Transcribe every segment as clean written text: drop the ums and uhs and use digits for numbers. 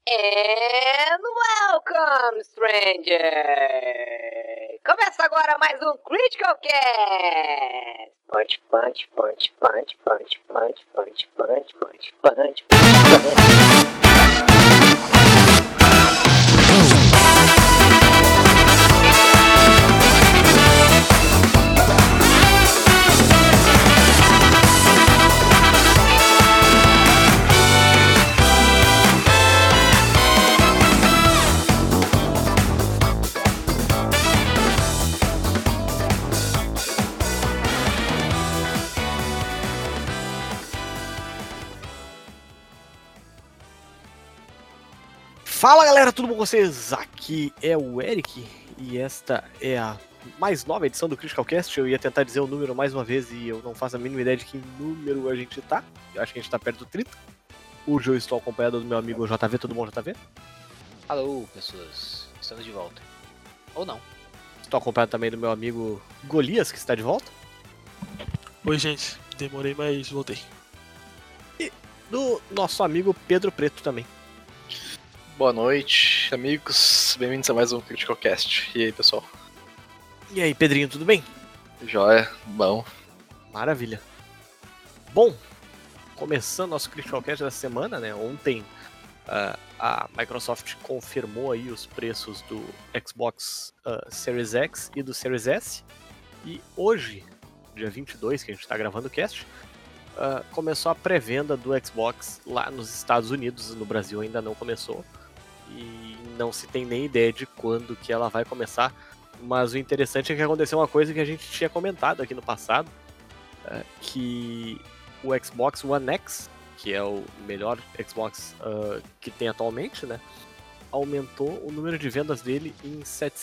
And welcome, stranger! Começa agora mais um Critical Cast! Punch, punch, punch, punch, punch, punch, punch, punch, punch, punch, punch. Fala galera, tudo bom com vocês? Aqui é o Eric e esta é a mais nova edição do Critical Cast. Eu ia tentar dizer o número mais uma vez e eu não faço a mínima ideia de que número a gente tá. Eu acho que a gente tá perto do 30. Hoje eu estou acompanhado do meu amigo JV, tudo bom JV? Alô pessoas, estamos de volta. Ou não. Estou acompanhado também do meu amigo Golias, que está de volta. Oi gente, demorei, mas voltei. E do nosso amigo Pedro Preto também. Boa noite, amigos. Bem-vindos a mais um Critical Cast. E aí, pessoal? E aí, Pedrinho, tudo bem? Joia, bom. Maravilha. Bom, começando nosso Critical Cast da semana, né? Ontem a Microsoft confirmou aí os preços do Xbox Series X e do Series S. E hoje, dia 22, que a gente está gravando o cast, começou a pré-venda do Xbox lá nos Estados Unidos. No Brasil ainda não começou. E não se tem nem ideia de quando que ela vai começar. Mas o interessante é que aconteceu uma coisa que a gente tinha comentado aqui no passado, que o Xbox One X, que é o melhor Xbox que tem atualmente, né, aumentou o número de vendas dele em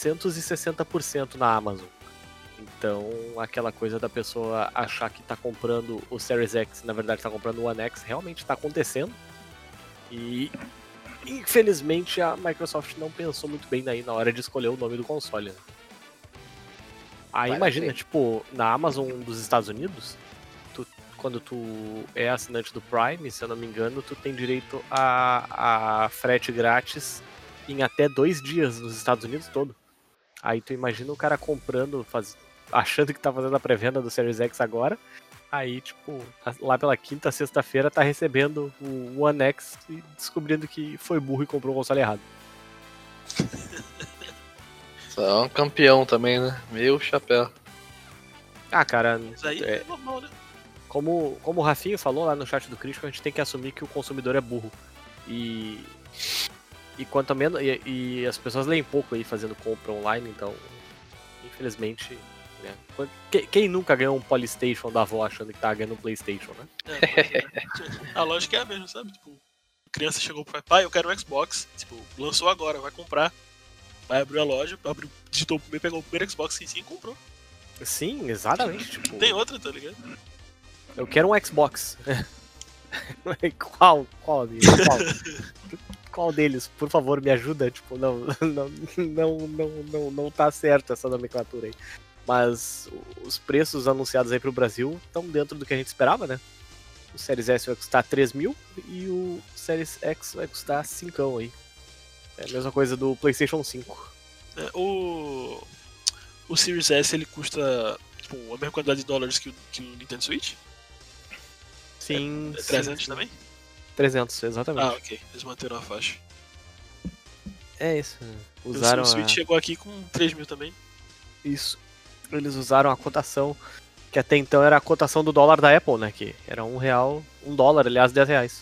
760% na Amazon. Então, aquela coisa da pessoa achar que está comprando o Series X, na verdade está comprando o One X, realmente está acontecendo. E, infelizmente, a Microsoft não pensou muito bem na hora de escolher o nome do console, né? Aí imagina, tipo, na Amazon dos Estados Unidos, quando tu é assinante do Prime, se eu não me engano, tu tem direito a frete grátis em até 2 dias nos Estados Unidos todo. Aí tu imagina o cara comprando, achando que tá fazendo a pré-venda do Series X agora. Aí, tipo, lá pela quinta, sexta-feira tá recebendo o One X e descobrindo que foi burro e comprou o console errado. Só um campeão também, né? Meu chapéu. Ah, cara, Mas aí é normal, né? como o Rafinho falou lá no chat do Crítico, a gente tem que assumir que o consumidor é burro. E quanto menos. E as pessoas leem pouco aí fazendo compra online, então, infelizmente. Né? Quem nunca ganhou um Polystation da avó achando que tava ganhando um PlayStation, né? A lógica é a mesma, sabe? Tipo, a criança chegou pro pai, eu quero um Xbox. Tipo, lançou agora, vai comprar. Vai abrir a loja, digitou o primeiro, pegou o primeiro Xbox em si e comprou. Sim, exatamente. Tipo, Não tem outra, tá ligado? eu quero um Xbox. Qual deles? Qual deles? Por favor, me ajuda. Tipo, não tá certo essa nomenclatura aí. Mas os preços anunciados aí pro Brasil estão dentro do que a gente esperava, né? O Series S vai custar 3 mil e o Series X vai custar 5 aí. É a mesma coisa do PlayStation 5. O Series S ele custa tipo, a mesma quantidade de dólares que o Nintendo Switch? Sim. É 300 também? 300, exatamente. Ah, ok. Eles manteram a faixa. É isso. Usaram o Switch chegou aqui com 3 mil também. Isso. Eles usaram a cotação, que até então era a cotação do dólar da Apple, né? Que era R$1, $1, aliás, R$10.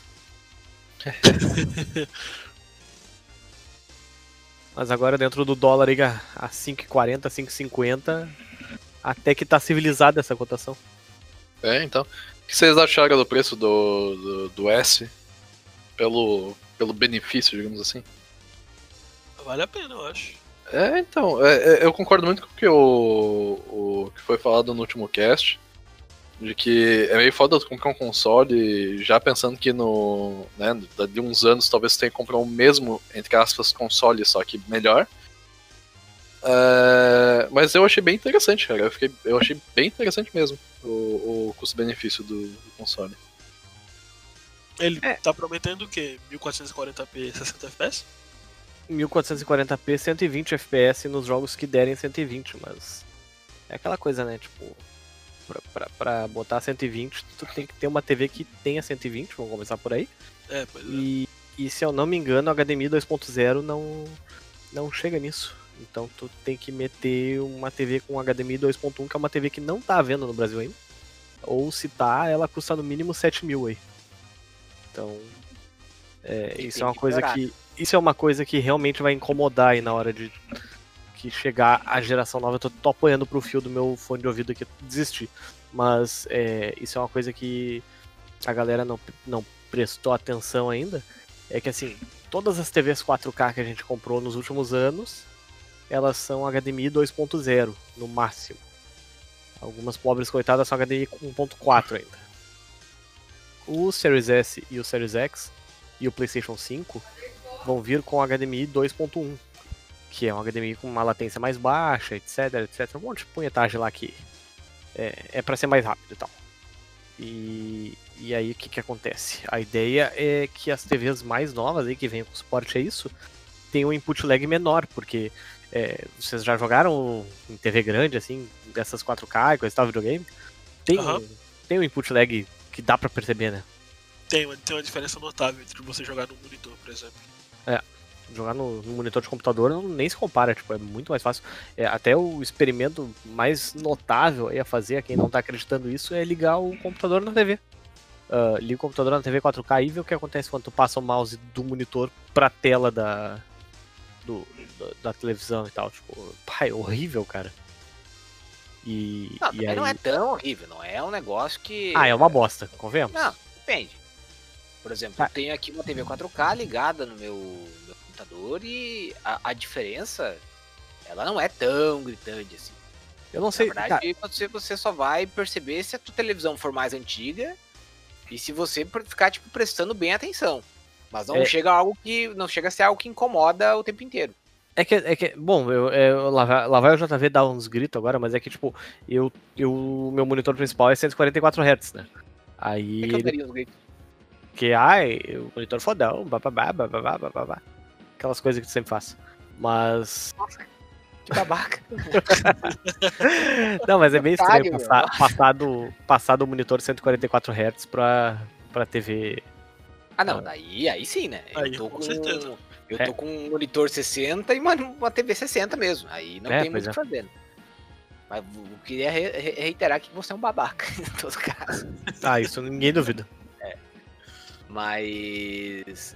Mas agora dentro do dólar aí a 5,40, 5,50, até que tá civilizada essa cotação. É, então. O que vocês acharam do preço do S? Pelo benefício, digamos assim? Vale a pena, eu acho. É, então. Eu concordo muito com o que foi falado no último cast. De que é meio foda comprar um console já pensando que de uns anos talvez você tenha que comprar o mesmo, entre aspas, console, só que melhor. Mas eu achei bem interessante, cara. Eu achei bem interessante mesmo o custo-benefício do console. Ele tá prometendo o quê? 1440p 60 FPS? 1440p 120 FPS nos jogos que derem 120, mas é aquela coisa, né, tipo, pra botar 120 tu tem que ter uma TV que tenha 120, vamos começar por aí. Pois E se eu não me engano, o HDMI 2.0 não chega nisso. Então tu tem que meter uma TV com HDMI 2.1, que é uma TV que não tá à venda no Brasil ainda. Ou se tá, ela custa no mínimo 7 mil aí. Então, isso é uma coisa que realmente vai incomodar aí na hora de que chegar a geração nova. Eu tô apoiando pro fio do meu fone de ouvido aqui desistir. Mas isso é uma coisa que a galera não prestou atenção ainda. É que assim, todas as TVs 4K que a gente comprou nos últimos anos, elas são HDMI 2.0 no máximo. Algumas pobres coitadas são HDMI 1.4 ainda. O Series S e o Series X e o PlayStation 5 vão vir com HDMI 2.1, que é um HDMI com uma latência mais baixa, etc, etc. Um monte de punhetagem lá que é pra ser mais rápido e tal. E aí o que acontece? A ideia é que as TVs mais novas aí, que vêm com suporte a isso, tem um input lag menor, porque vocês já jogaram em TV grande, assim, dessas 4K e coisa e tal, videogame? Tem um input lag que dá pra perceber, né? Tem uma diferença notável entre você jogar no monitor, por exemplo. Jogar no monitor de computador nem se compara, tipo, é muito mais fácil. Até o experimento mais notável a fazer, a quem não tá acreditando isso, é ligar o computador na TV. Liga o computador na TV 4K e vê o que acontece quando tu passa o mouse do monitor pra tela da televisão e tal. Tipo, é horrível, cara. Não, não é tão horrível, não é um negócio que... é uma bosta, convenhamos? Não, depende. Por exemplo, eu tenho aqui uma TV 4K ligada no meu computador e a diferença, ela não é tão gritante assim. Eu não sei. Na verdade, você só vai perceber se a tua televisão for mais antiga e se você ficar, tipo, prestando bem atenção. Mas não chega a ser algo que incomoda o tempo inteiro. Bom, lá vai o JV dar uns gritos agora, mas é que, tipo, meu monitor principal é 144 Hz, né? Aí Por que eu daria uns gritos? Porque, o monitor fodão, babá. Aquelas coisas que tu sempre faz. Mas... Nossa, que babaca. Não, mas é meio estranho passar do monitor 144 Hz pra TV. Não, aí sim, né? Certeza. Eu tô com um monitor 60 e uma TV 60 mesmo. Aí não tem muito o que fazer. Mas eu queria reiterar que você é um babaca, em todo caso. Isso ninguém duvida. Mas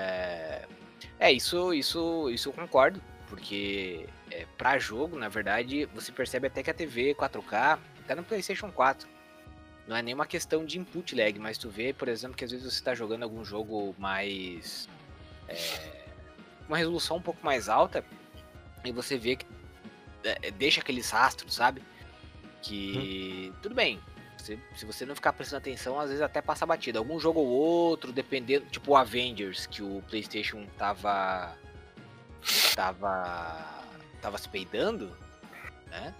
isso eu concordo, porque pra jogo, na verdade, você percebe até que a TV 4K tá no PlayStation 4. Não é nenhuma questão de input lag, mas tu vê, por exemplo, que às vezes você tá jogando algum jogo mais... uma resolução um pouco mais alta, e você vê que deixa aqueles rastros, sabe? Que tudo bem. Se você não ficar prestando atenção, às vezes até passa batida. Algum jogo ou outro, dependendo, tipo o Avengers, que o PlayStation tava se peidando, né?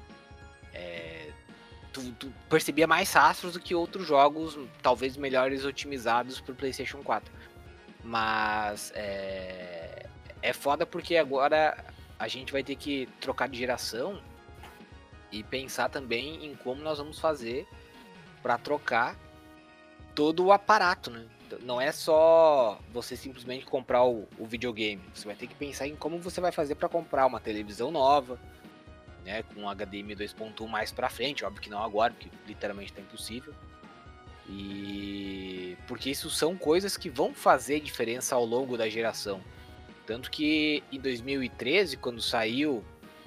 Tu percebia mais rastros do que outros jogos, talvez melhores otimizados pro PlayStation 4. Mas é foda porque agora a gente vai ter que trocar de geração e pensar também em como nós vamos fazer para trocar todo o aparato, né? Não é só você simplesmente comprar o videogame. Você vai ter que pensar em como você vai fazer para comprar uma televisão nova, né? Com HDMI 2.1 mais para frente. Óbvio que não agora, porque literalmente tá impossível. E porque isso são coisas que vão fazer diferença ao longo da geração. Tanto que em 2013, quando saiu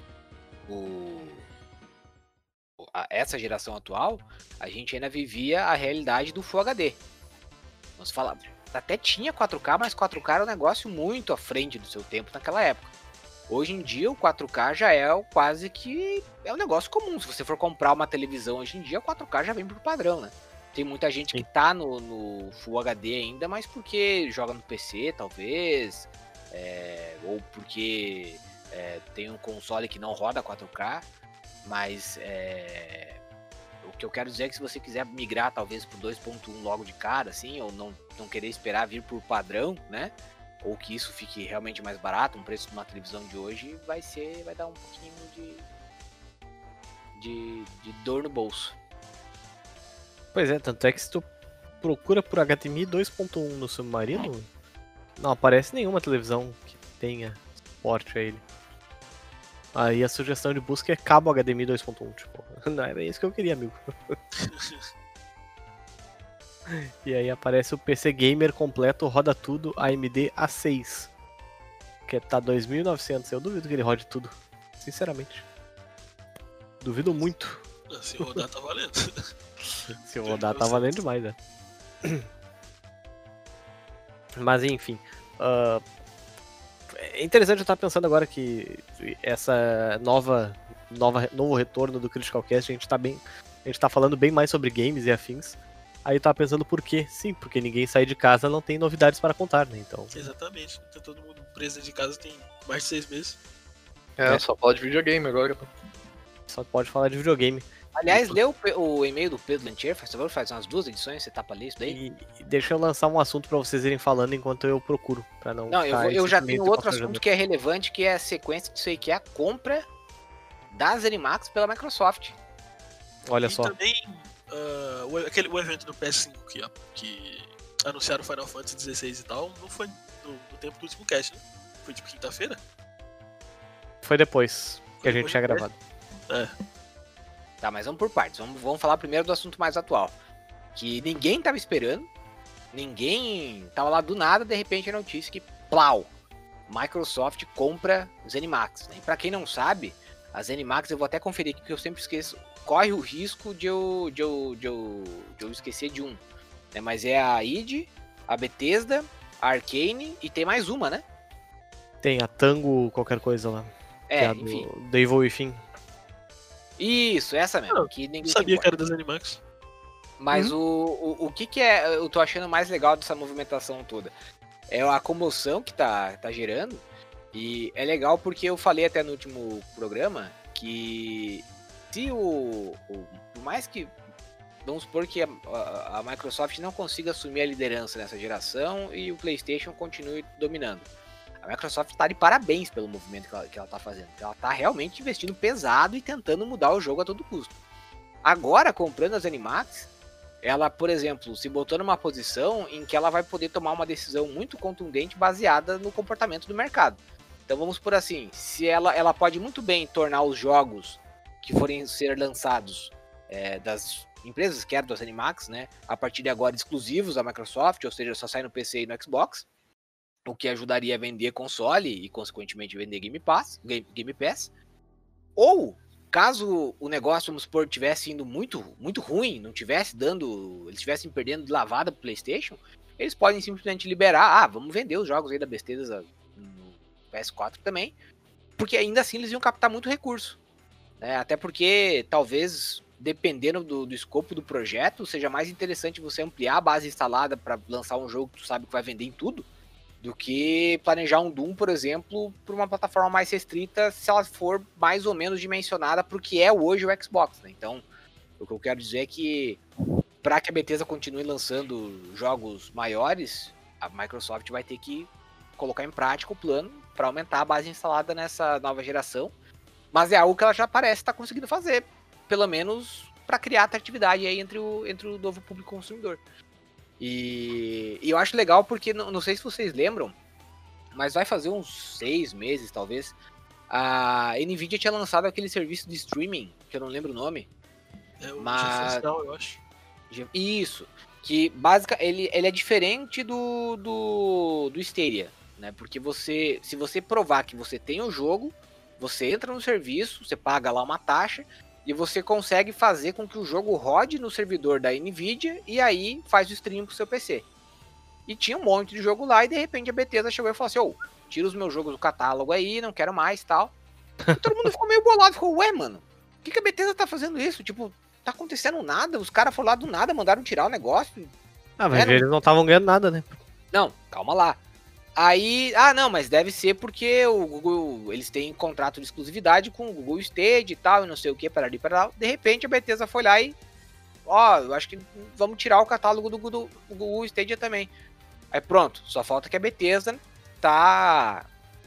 essa geração atual, a gente ainda vivia a realidade do Full HD. Nós falamos, até tinha 4K, mas 4K era um negócio muito à frente do seu tempo naquela época. Hoje em dia o 4K já é quase que um negócio comum. Se você for comprar uma televisão hoje em dia, o 4K já vem por padrão, né? Tem muita gente que tá no Full HD ainda, mas porque joga no PC, talvez, ou porque tem um console que não roda 4K. Mas O que eu quero dizer é que se você quiser migrar talvez pro 2.1 logo de cara, assim, ou não querer esperar vir por padrão, né? Ou que isso fique realmente mais barato, um preço de uma televisão de hoje, vai dar um pouquinho de dor no bolso. Pois é, tanto é que se tu procura por HDMI 2.1 no Submarino, não aparece nenhuma televisão que tenha suporte a ele. Aí a sugestão de busca é cabo HDMI 2.1, tipo, não era isso que eu queria, amigo. E aí aparece o PC Gamer completo, roda tudo, AMD A6, que tá 2.900, eu duvido que ele rode tudo, sinceramente. Duvido muito. Se rodar tá valendo. Se rodar tá valendo demais, né? Mas enfim, é interessante eu estar pensando agora que essa novo retorno do Critical Cast, a gente tá falando bem mais sobre games e afins. Aí eu tava pensando por quê? Sim, porque ninguém sai de casa, não tem novidades para contar, né? Então. Exatamente. Tá todo mundo preso de casa tem mais de 6 meses. Só pode videogame agora. Só pode falar de videogame. Aliás, leu o e-mail do Pedro Lantier, faz umas 2 edições, você tá pra ler isso daí? E deixa eu lançar um assunto pra vocês irem falando enquanto eu procuro, pra não. Não, eu já tenho outro assunto que é relevante, que é a sequência disso aí, que é a compra da ZeniMax pela Microsoft. Olha e só. Também o evento do PS5 que anunciaram o Final Fantasy XVI e tal, não foi no tempo do último cast, né? Foi tipo quinta-feira? Foi depois que a gente tinha gravado. Tá, mas vamos por partes. Vamos falar primeiro do assunto mais atual. Que ninguém tava esperando. Ninguém tava lá do nada, de repente a notícia que, plau, Microsoft compra ZeniMax. Né? E pra quem não sabe, a ZeniMax, eu vou até conferir aqui, porque eu sempre esqueço, corre o risco de eu esquecer de um. Né? Mas é a id, a Bethesda, a Arcane e tem mais uma, né? Tem a Tango qualquer coisa lá. Enfim. Do Evil Within. Isso, essa mesmo. Que ninguém sabia que era das Animax. Mas o que eu tô achando mais legal dessa movimentação toda? É a comoção que tá gerando. E é legal porque eu falei até no último programa que se por mais que, vamos supor que a Microsoft não consiga assumir a liderança nessa geração e o PlayStation continue dominando. A Microsoft tá de parabéns pelo movimento que ela tá fazendo. Ela tá realmente investindo pesado e tentando mudar o jogo a todo custo. Agora, comprando as ZeniMax, ela, por exemplo, se botou numa posição em que ela vai poder tomar uma decisão muito contundente baseada no comportamento do mercado. Então vamos por assim, se ela pode muito bem tornar os jogos que forem ser lançados das empresas, que eram das ZeniMax, né, a partir de agora exclusivos da Microsoft, ou seja, só sai no PC e no Xbox, o que ajudaria a vender console e, consequentemente, vender Game Pass. Ou, caso o negócio, vamos supor, tivesse indo muito, muito ruim, não tivesse eles estivessem perdendo de lavada pro PlayStation, eles podem simplesmente liberar, vamos vender os jogos aí da Bethesda no PS4 também, porque ainda assim eles iam captar muito recurso. Né? Até porque, talvez, dependendo do escopo do projeto, seja mais interessante você ampliar a base instalada para lançar um jogo que tu sabe que vai vender em tudo, do que planejar um Doom, por exemplo, para uma plataforma mais restrita, se ela for mais ou menos dimensionada para o que é hoje o Xbox. Né? Então, o que eu quero dizer é que, para que a Bethesda continue lançando jogos maiores, a Microsoft vai ter que colocar em prática o plano para aumentar a base instalada nessa nova geração, mas é algo que ela já parece estar conseguindo fazer, pelo menos para criar atratividade aí entre o novo público consumidor. E eu acho legal porque, não sei se vocês lembram, mas vai fazer uns 6 meses, talvez, a Nvidia tinha lançado aquele serviço de streaming, que eu não lembro o nome. GeForce Now, eu acho. Isso, que ele é diferente do Stadia, né? Porque se você provar que você tem o jogo, você entra no serviço, você paga lá uma taxa, e você consegue fazer com que o jogo rode no servidor da Nvidia e aí faz o stream pro seu PC. E tinha um monte de jogo lá e de repente a Bethesda chegou e falou assim, tira os meus jogos do catálogo aí, não quero mais e tal. E todo mundo ficou meio bolado, ficou, ué, mano, por que a Bethesda tá fazendo isso? Tipo, tá acontecendo nada, os caras foram lá do nada, mandaram tirar o negócio. Mas eles não estavam ganhando nada, né? Não, calma lá. Aí, não, mas deve ser porque o Google, eles têm contrato de exclusividade com o Google Stadia e tal, e não sei o que, para ali, para lá. De repente a Bethesda foi lá e eu acho que vamos tirar o catálogo do Google Stadia também. Aí pronto, só falta que a Bethesda tá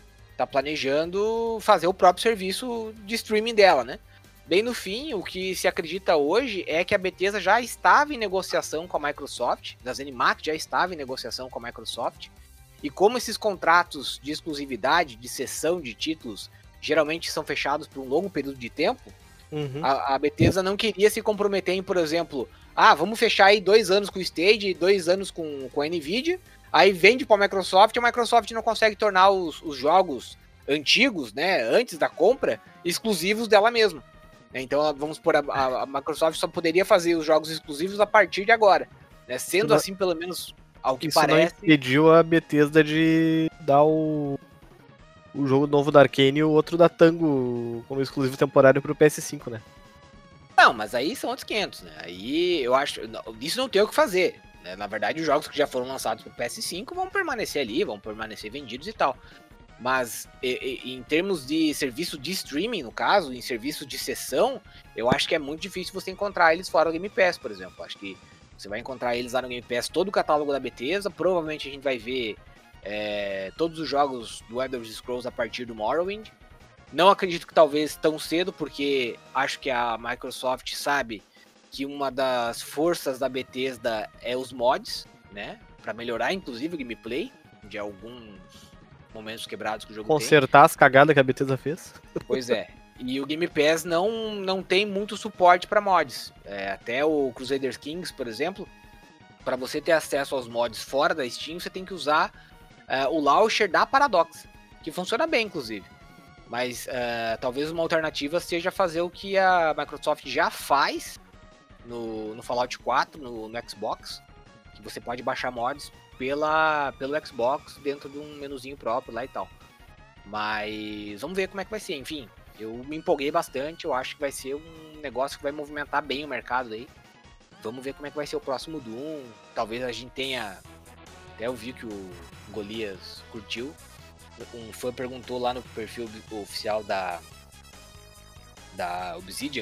planejando fazer o próprio serviço de streaming dela, né? Bem no fim, o que se acredita hoje é que a Bethesda já estava em negociação com a Microsoft, da ZeniMax já estava em negociação com a Microsoft, e como esses contratos de exclusividade, de cessão de títulos, geralmente são fechados por um longo período de tempo, a Bethesda não queria se comprometer em, por exemplo, vamos fechar aí 2 anos com o Stadia, 2 anos com a Nvidia, aí vende para a Microsoft não consegue tornar os jogos antigos, né, antes da compra, exclusivos dela mesma. Então, vamos supor, a Microsoft só poderia fazer os jogos exclusivos a partir de agora. Né? Sendo assim, pelo menos, ao que parece... Isso não impediu a Bethesda de dar o jogo novo da Arcane e o outro da Tango como exclusivo temporário pro PS5, né? Não, mas aí são outros 500, né? Aí eu acho... Isso não tem o que fazer. Né? Na verdade, os jogos que já foram lançados pro PS5 vão permanecer ali, vão permanecer vendidos e tal. Mas em termos de serviço de streaming, no caso, em serviço de sessão, eu acho que é muito difícil você encontrar eles fora do Game Pass, por exemplo. Acho que você vai encontrar eles lá no Game Pass, todo o catálogo da Bethesda. Provavelmente a gente vai ver todos os jogos do Elder Scrolls a partir do Morrowind. Não acredito que talvez tão cedo, porque acho que a Microsoft sabe que uma das forças da Bethesda é os mods, né? Para melhorar, inclusive, o gameplay de alguns momentos quebrados que o jogo consertar as cagadas que a Bethesda fez. Pois é. E o Game Pass não tem muito suporte para mods. Até o Crusader Kings, por exemplo, para você ter acesso aos mods fora da Steam, você tem que usar o launcher da Paradox, que funciona bem, inclusive. Mas talvez uma alternativa seja fazer o que a Microsoft já faz no Fallout 4, no Xbox, que você pode baixar mods pelo Xbox dentro de um menuzinho próprio lá e tal. Mas vamos ver como é que vai ser. Enfim, eu me empolguei bastante. Eu acho que vai ser um negócio que vai movimentar bem o mercado aí. Vamos ver como é que vai ser o próximo Doom. Talvez a gente tenha... Até eu vi que o Golias curtiu. Um fã perguntou lá no perfil oficial da Obsidian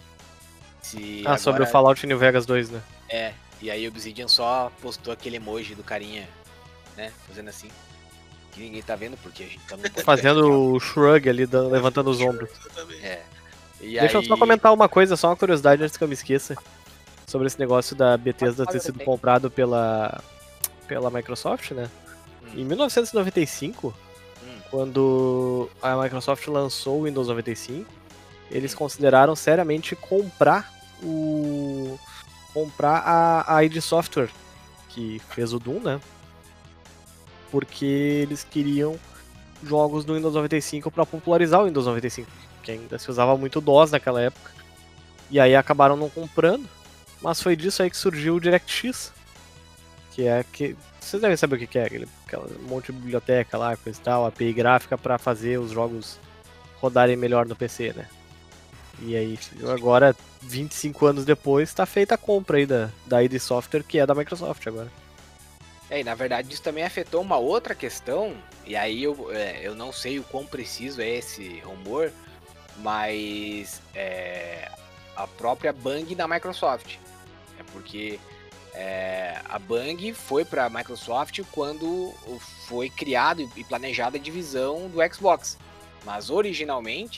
se agora... sobre o Fallout New Vegas 2, né? E aí o Obsidian só postou aquele emoji do carinha, né, fazendo assim. Que ninguém tá vendo, porque a gente tá no fazendo o shrug ali, levantando os ombros. Deixa eu só comentar uma coisa, só uma curiosidade antes que eu me esqueça. Sobre esse negócio da Bethesda ter sido comprado pela Microsoft, né? Em 1995, quando a Microsoft lançou o Windows 95, eles consideraram seriamente comprar a id Software, que fez o Doom, né? Porque eles queriam jogos do Windows 95 para popularizar o Windows 95, que ainda se usava muito DOS naquela época. E aí acabaram não comprando, mas foi disso aí que surgiu o DirectX, que é que vocês devem saber o que é, aquela monte de biblioteca lá, coisa e tal, API gráfica para fazer os jogos rodarem melhor no PC, né? E aí, agora, 25 anos depois, tá feita a compra aí da id Software, que é da Microsoft agora. E na verdade isso também afetou uma outra questão, e aí eu não sei o quão preciso é esse rumor, mas a própria Bang da Microsoft. Porque a Bang foi para a Microsoft quando foi criado e planejada a divisão do Xbox. Mas originalmente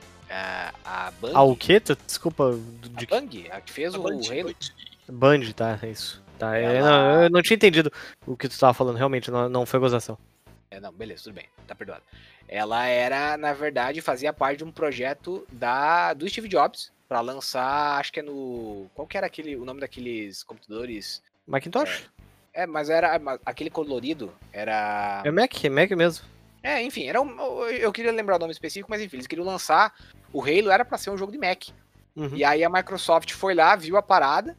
a Bang... o quê? Desculpa. A Bang, a que fez o Halo. Band, tá, é isso. Tá, eu não tinha entendido o que tu tava falando, realmente, não foi gozação. Não, beleza, tudo bem, tá perdoado. Ela era, na verdade, fazia parte de um projeto do Steve Jobs pra lançar, acho que qual que era o nome daqueles computadores? Macintosh? Mas era aquele colorido, era... É Mac mesmo. Enfim, eu queria lembrar o nome específico, mas enfim, eles queriam lançar o Halo, era pra ser um jogo de Mac. E aí a Microsoft foi lá, viu a parada,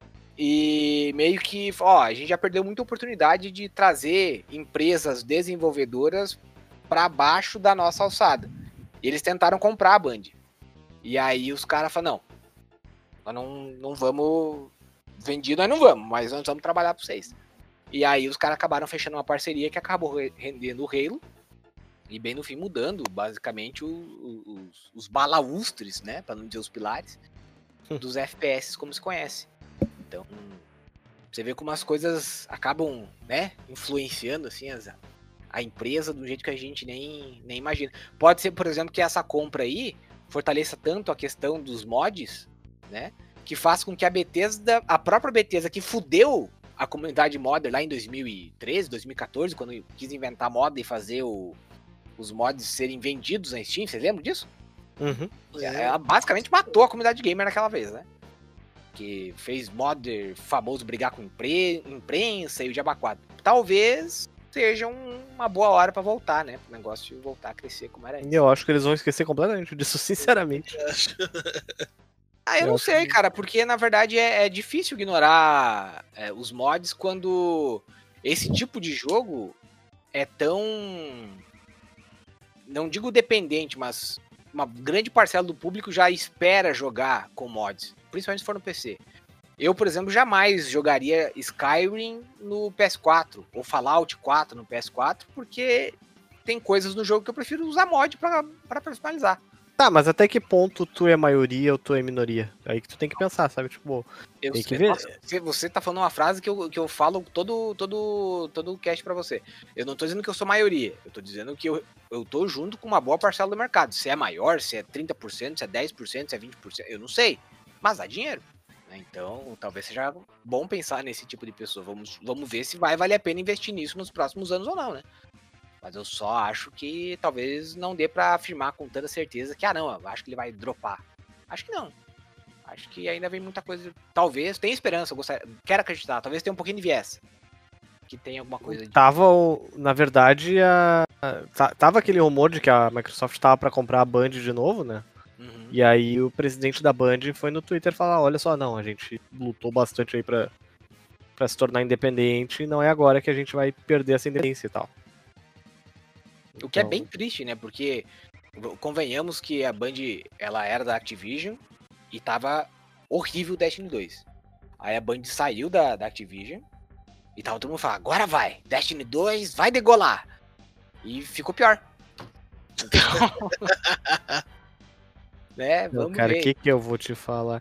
e meio que, a gente já perdeu muita oportunidade de trazer empresas desenvolvedoras para baixo da nossa alçada. E eles tentaram comprar a Band. E aí os caras falaram, nós não vamos vendido, nós não vamos, mas nós vamos trabalhar para vocês. E aí os caras acabaram fechando uma parceria que acabou rendendo o Halo, e bem no fim mudando, basicamente, os balaústres, né, para não dizer os pilares, dos FPS como se conhece. Então, você vê como as coisas acabam, né, influenciando, assim, a empresa de um jeito que a gente nem imagina. Pode ser, por exemplo, que essa compra aí fortaleça tanto a questão dos mods, né, que faz com que a própria Bethesda, que fudeu a comunidade modder lá em 2013, 2014, quando quis inventar moda e fazer os mods serem vendidos na Steam, vocês lembram disso? Uhum. Ela basicamente matou a comunidade gamer naquela vez, né? Que fez modder famoso brigar com imprensa e o Diaba 4. Talvez seja uma boa hora pra voltar, né? Pro negócio voltar a crescer como era antes. Eu acho que eles vão esquecer completamente disso, sinceramente. Eu não sei, cara, porque na verdade é difícil ignorar os mods quando esse tipo de jogo é tão... Não digo dependente, mas uma grande parcela do público já espera jogar com mods, principalmente se for no PC. Eu, por exemplo, jamais jogaria Skyrim no PS4 ou Fallout 4 no PS4, porque tem coisas no jogo que eu prefiro usar mod pra personalizar. Tá, mas até que ponto tu é maioria ou tu é minoria? Aí que tu tem que pensar, sabe? Tipo, tem que ver. Nossa, você tá falando uma frase que eu falo todo o cast pra você. Eu não tô dizendo que eu sou maioria, eu tô dizendo que eu tô junto com uma boa parcela do mercado. Se é maior, se é 30%, se é 10%, se é 20%, eu não sei. Mas dá dinheiro. Então, talvez seja bom pensar nesse tipo de pessoa. Vamos ver se vai valer a pena investir nisso nos próximos anos ou não, né? Mas eu só acho que talvez não dê pra afirmar com tanta certeza que, não, eu acho que ele vai dropar. Acho que não. Acho que ainda vem muita coisa. Talvez, tenha esperança, quero acreditar. Talvez tenha um pouquinho de viés. Que tenha alguma coisa de... Na verdade, tava aquele rumor de que a Microsoft tava pra comprar a Band de novo, né? Uhum. E aí o presidente da Band foi no Twitter falar, olha só, não, a gente lutou bastante aí pra se tornar independente e não é agora que a gente vai perder essa independência e tal. O que é bem triste, né? Porque convenhamos que a Band, ela era da Activision e tava horrível o Destiny 2. Aí a Band saiu da Activision e tava todo mundo falando, agora vai, Destiny 2 vai degolar. E ficou pior. Então... né, vamos cara, ver. O que eu vou te falar?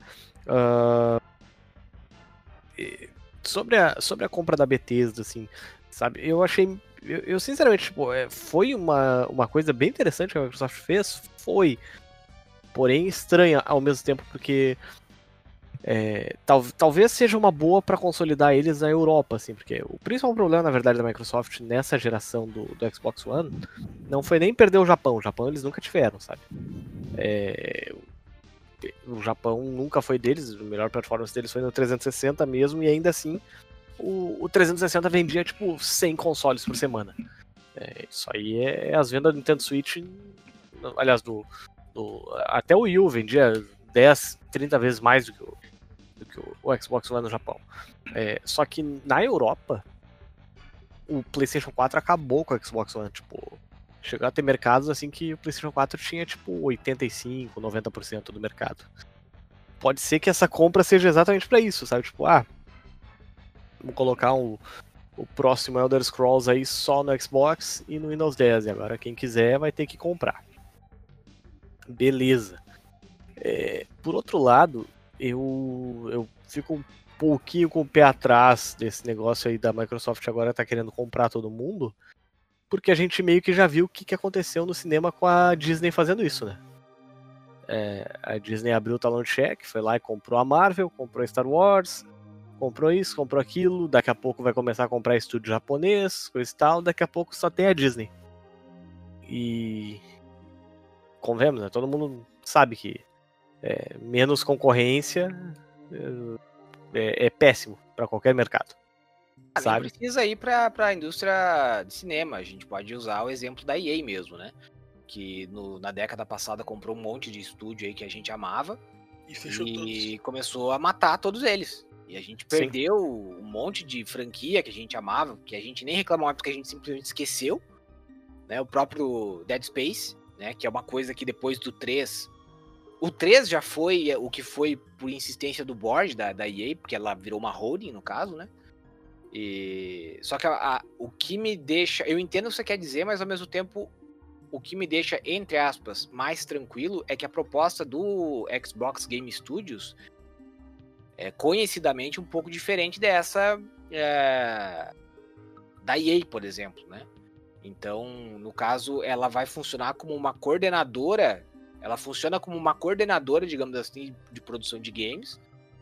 Sobre a compra da Bethesda, assim, sabe? Eu achei... Eu sinceramente, tipo, foi uma coisa bem interessante que a Microsoft fez, porém estranha ao mesmo tempo, porque talvez seja uma boa para consolidar eles na Europa, assim, porque o principal problema, na verdade, da Microsoft nessa geração do Xbox One não foi nem perder o Japão eles nunca tiveram, sabe? O Japão nunca foi deles, a melhor performance deles foi no 360 mesmo, e ainda assim o 360 vendia tipo 100 consoles por semana. Isso aí é as vendas do Nintendo Switch, aliás, até o Wii U vendia 10, 30 vezes mais do que o Xbox One no Japão. Só que na Europa, o PlayStation 4 acabou com o Xbox One, tipo, chegou a ter mercados assim que o PlayStation 4 tinha tipo 85%, 90% do mercado. Pode ser que essa compra seja exatamente para isso, sabe? Tipo, vamos colocar o próximo Elder Scrolls aí só no Xbox e no Windows 10. E agora quem quiser vai ter que comprar. Beleza. Por outro lado, eu fico um pouquinho com o pé atrás desse negócio aí da Microsoft agora tá querendo comprar todo mundo, porque a gente meio que já viu o que aconteceu no cinema com a Disney fazendo isso, né? A Disney abriu o talão de cheque, foi lá e comprou a Marvel, comprou a Star Wars, comprou isso, comprou aquilo, daqui a pouco vai começar a comprar estúdio japonês, coisa e tal, daqui a pouco só tem a Disney. E... convenhamos, né? Todo mundo sabe que menos concorrência é péssimo para qualquer mercado. Sabe? Nem precisa ir pra indústria de cinema, a gente pode usar o exemplo da EA mesmo, né? Que na década passada comprou um monte de estúdio aí que a gente amava e fechou todos. Começou a matar todos eles. E a gente perdeu um monte de franquia que a gente amava, que a gente nem reclamava porque a gente simplesmente esqueceu, né? O próprio Dead Space, né? Que é uma coisa que depois do 3... O 3 já foi o que foi por insistência do board da EA, porque ela virou uma holding, no caso, né? Só que o que me deixa... Eu entendo o que você quer dizer, mas ao mesmo tempo, o que me deixa, entre aspas, mais tranquilo é que a proposta do Xbox Game Studios conhecidamente um pouco diferente dessa da EA, por exemplo, né? Então, no caso, ela vai funcionar como uma coordenadora, digamos assim, de produção de games.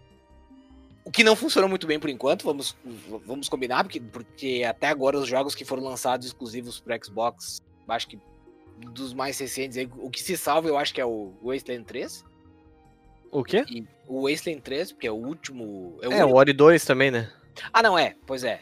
O que não funcionou muito bem por enquanto, vamos combinar, porque até agora os jogos que foram lançados exclusivos para Xbox, acho que dos mais recentes, o que se salva eu acho que é o Wasteland 3. O quê? E o Wasteland 3, porque é o último... o Ori 2 também, né? Ah, não, pois é.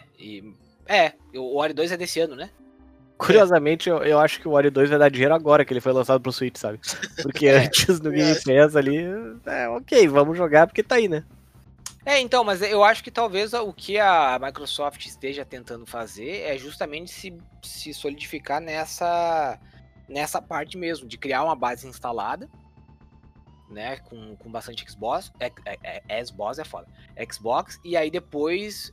O Ori 2 é desse ano, né? Curiosamente, eu acho que o Ori 2 vai dar dinheiro agora que ele foi lançado pro Switch, sabe? Porque antes no Game Pass ali, ok, vamos jogar porque tá aí, né? Então, mas eu acho que talvez o que a Microsoft esteja tentando fazer é justamente se solidificar nessa parte mesmo, de criar uma base instalada, né, com bastante Xbox, Xbox é foda, Xbox, e aí depois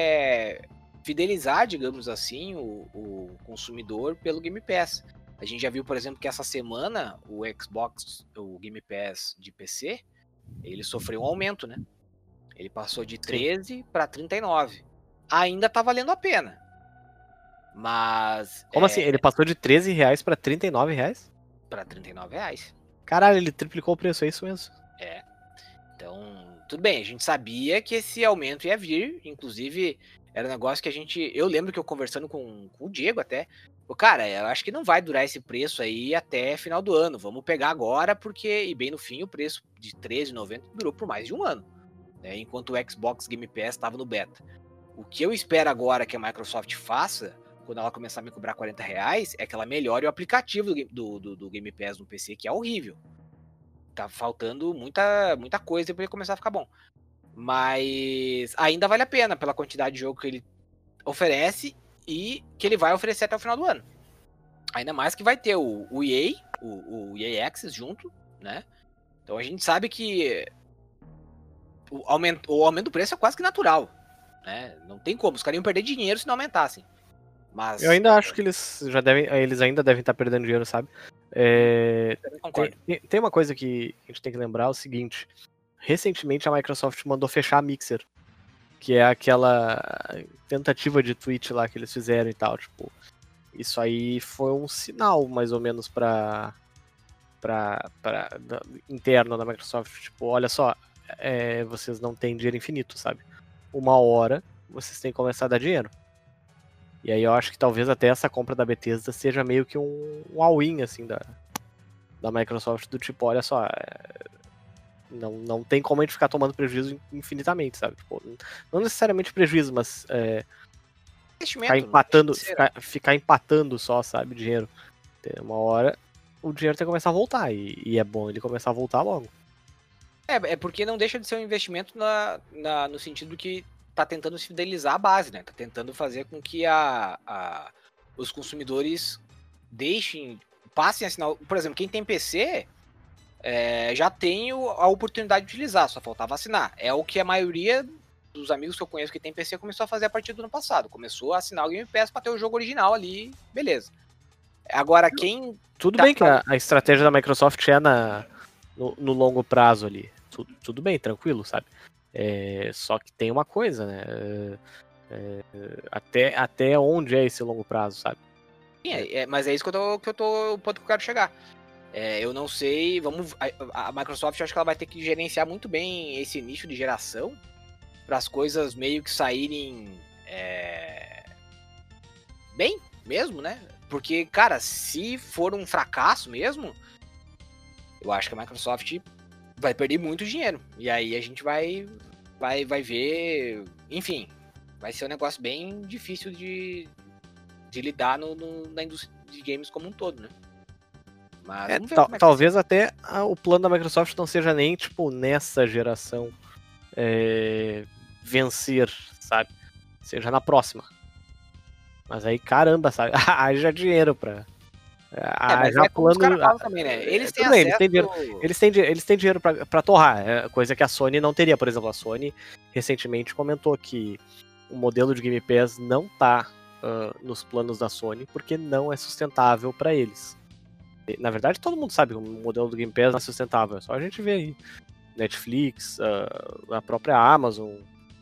fidelizar, digamos assim, o consumidor pelo Game Pass. A gente já viu, por exemplo, que essa semana o Game Pass de PC, ele sofreu um aumento, né? Ele passou de 13 para 39. Ainda tá valendo a pena. Mas... Como assim? Ele passou de R$13 para R$39? Para R$39. Caralho, ele triplicou o preço, é isso mesmo. Então, tudo bem, a gente sabia que esse aumento ia vir, inclusive era um negócio que eu lembro que eu conversando com o Diego até, cara, eu acho que não vai durar esse preço aí até final do ano, vamos pegar agora, e bem no fim o preço de R$13,90 durou por mais de um ano, né, enquanto o Xbox Game Pass estava no beta. O que eu espero agora que a Microsoft faça, quando ela começar a me cobrar R$40, é que ela melhore o aplicativo do Game Pass no PC, que é horrível. Tá faltando muita coisa para ele começar a ficar bom. Mas ainda vale a pena pela quantidade de jogo que ele oferece e que ele vai oferecer até o final do ano. Ainda mais que vai ter o EA, o EA Access junto, né? Então a gente sabe que o aumento do preço é quase que natural, né? Não tem como, os caras iam perder dinheiro se não aumentassem. Mas eu ainda acho que eles ainda devem estar perdendo dinheiro, sabe? Tem uma coisa que a gente tem que lembrar, é o seguinte. Recentemente a Microsoft mandou fechar a Mixer, que é aquela tentativa de Twitch lá que eles fizeram e tal, tipo, isso aí foi um sinal mais ou menos pra interno da Microsoft, tipo, olha só, vocês não têm dinheiro infinito, sabe? Uma hora vocês têm que começar a dar dinheiro. E aí eu acho que talvez até essa compra da Bethesda seja meio que um all-in, assim, da Microsoft, do tipo, olha só, não tem como a gente ficar tomando prejuízo infinitamente, sabe? Tipo, não necessariamente prejuízo, mas ficar empatando só, sabe, dinheiro. Uma hora o dinheiro tem que começar a voltar, e é bom ele começar a voltar logo. É porque não deixa de ser um investimento no sentido que tá tentando se fidelizar a base, né? Tá tentando fazer com que os consumidores passem a assinar. Por exemplo, quem tem PC já tem a oportunidade de utilizar, só faltava assinar. É o que a maioria dos amigos que eu conheço que tem PC começou a fazer a partir do ano passado. Começou a assinar o Game Pass pra ter o jogo original ali, beleza. Agora, quem... Tudo bem que a estratégia da Microsoft é no longo prazo ali. Tudo bem, tranquilo, sabe? Só que tem uma coisa, né? Até onde é esse longo prazo, sabe? Sim, mas é isso que eu tô o ponto que eu quero chegar. Eu não sei, a Microsoft, eu acho que ela vai ter que gerenciar muito bem esse nicho de geração para as coisas meio que saírem bem mesmo, né? Porque, cara, se for um fracasso mesmo, eu acho que a Microsoft vai perder muito dinheiro. E aí a gente vai ver, enfim, vai ser um negócio bem difícil de lidar na indústria de games como um todo, né? Mas talvez até o plano da Microsoft não seja nem, tipo, nessa geração vencer, sabe? Seja na próxima. Mas aí, caramba, sabe? Haja dinheiro pra... mas já plano... os caras falam também, né? Eles têm acesso... Eles têm dinheiro pra torrar, coisa que a Sony não teria. Por exemplo, a Sony recentemente comentou que o modelo de Game Pass não tá nos planos da Sony porque não é sustentável pra eles. Na verdade, todo mundo sabe que o modelo do Game Pass não é sustentável, é só a gente ver aí. Netflix, a própria Amazon.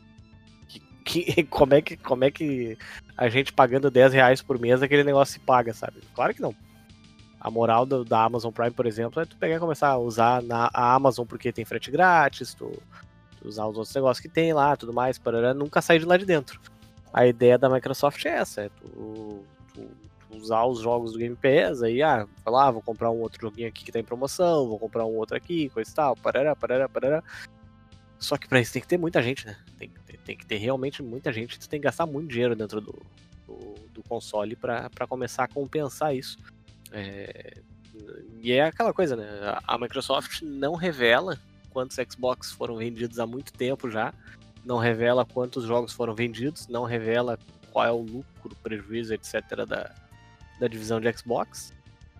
Como é que a gente pagando R$10 por mês aquele negócio se paga, sabe? Claro que não. A moral da Amazon Prime, por exemplo, é tu pegar e começar a usar a Amazon porque tem frete grátis, tu usar os outros negócios que tem lá, tudo mais, para nunca sair de lá de dentro. A ideia da Microsoft é essa, é tu usar os jogos do Game Pass, aí, vai lá, vou comprar um outro joguinho aqui que tá em promoção, vou comprar um outro aqui, coisa e tal, parará. Só que pra isso tem que ter muita gente, né? Tem que ter realmente muita gente, tu tem que gastar muito dinheiro dentro do console pra começar a compensar isso. E é aquela coisa, né? A Microsoft não revela quantos Xbox foram vendidos há muito tempo já, não revela quantos jogos foram vendidos, não revela qual é o lucro, prejuízo, etc. da divisão de Xbox.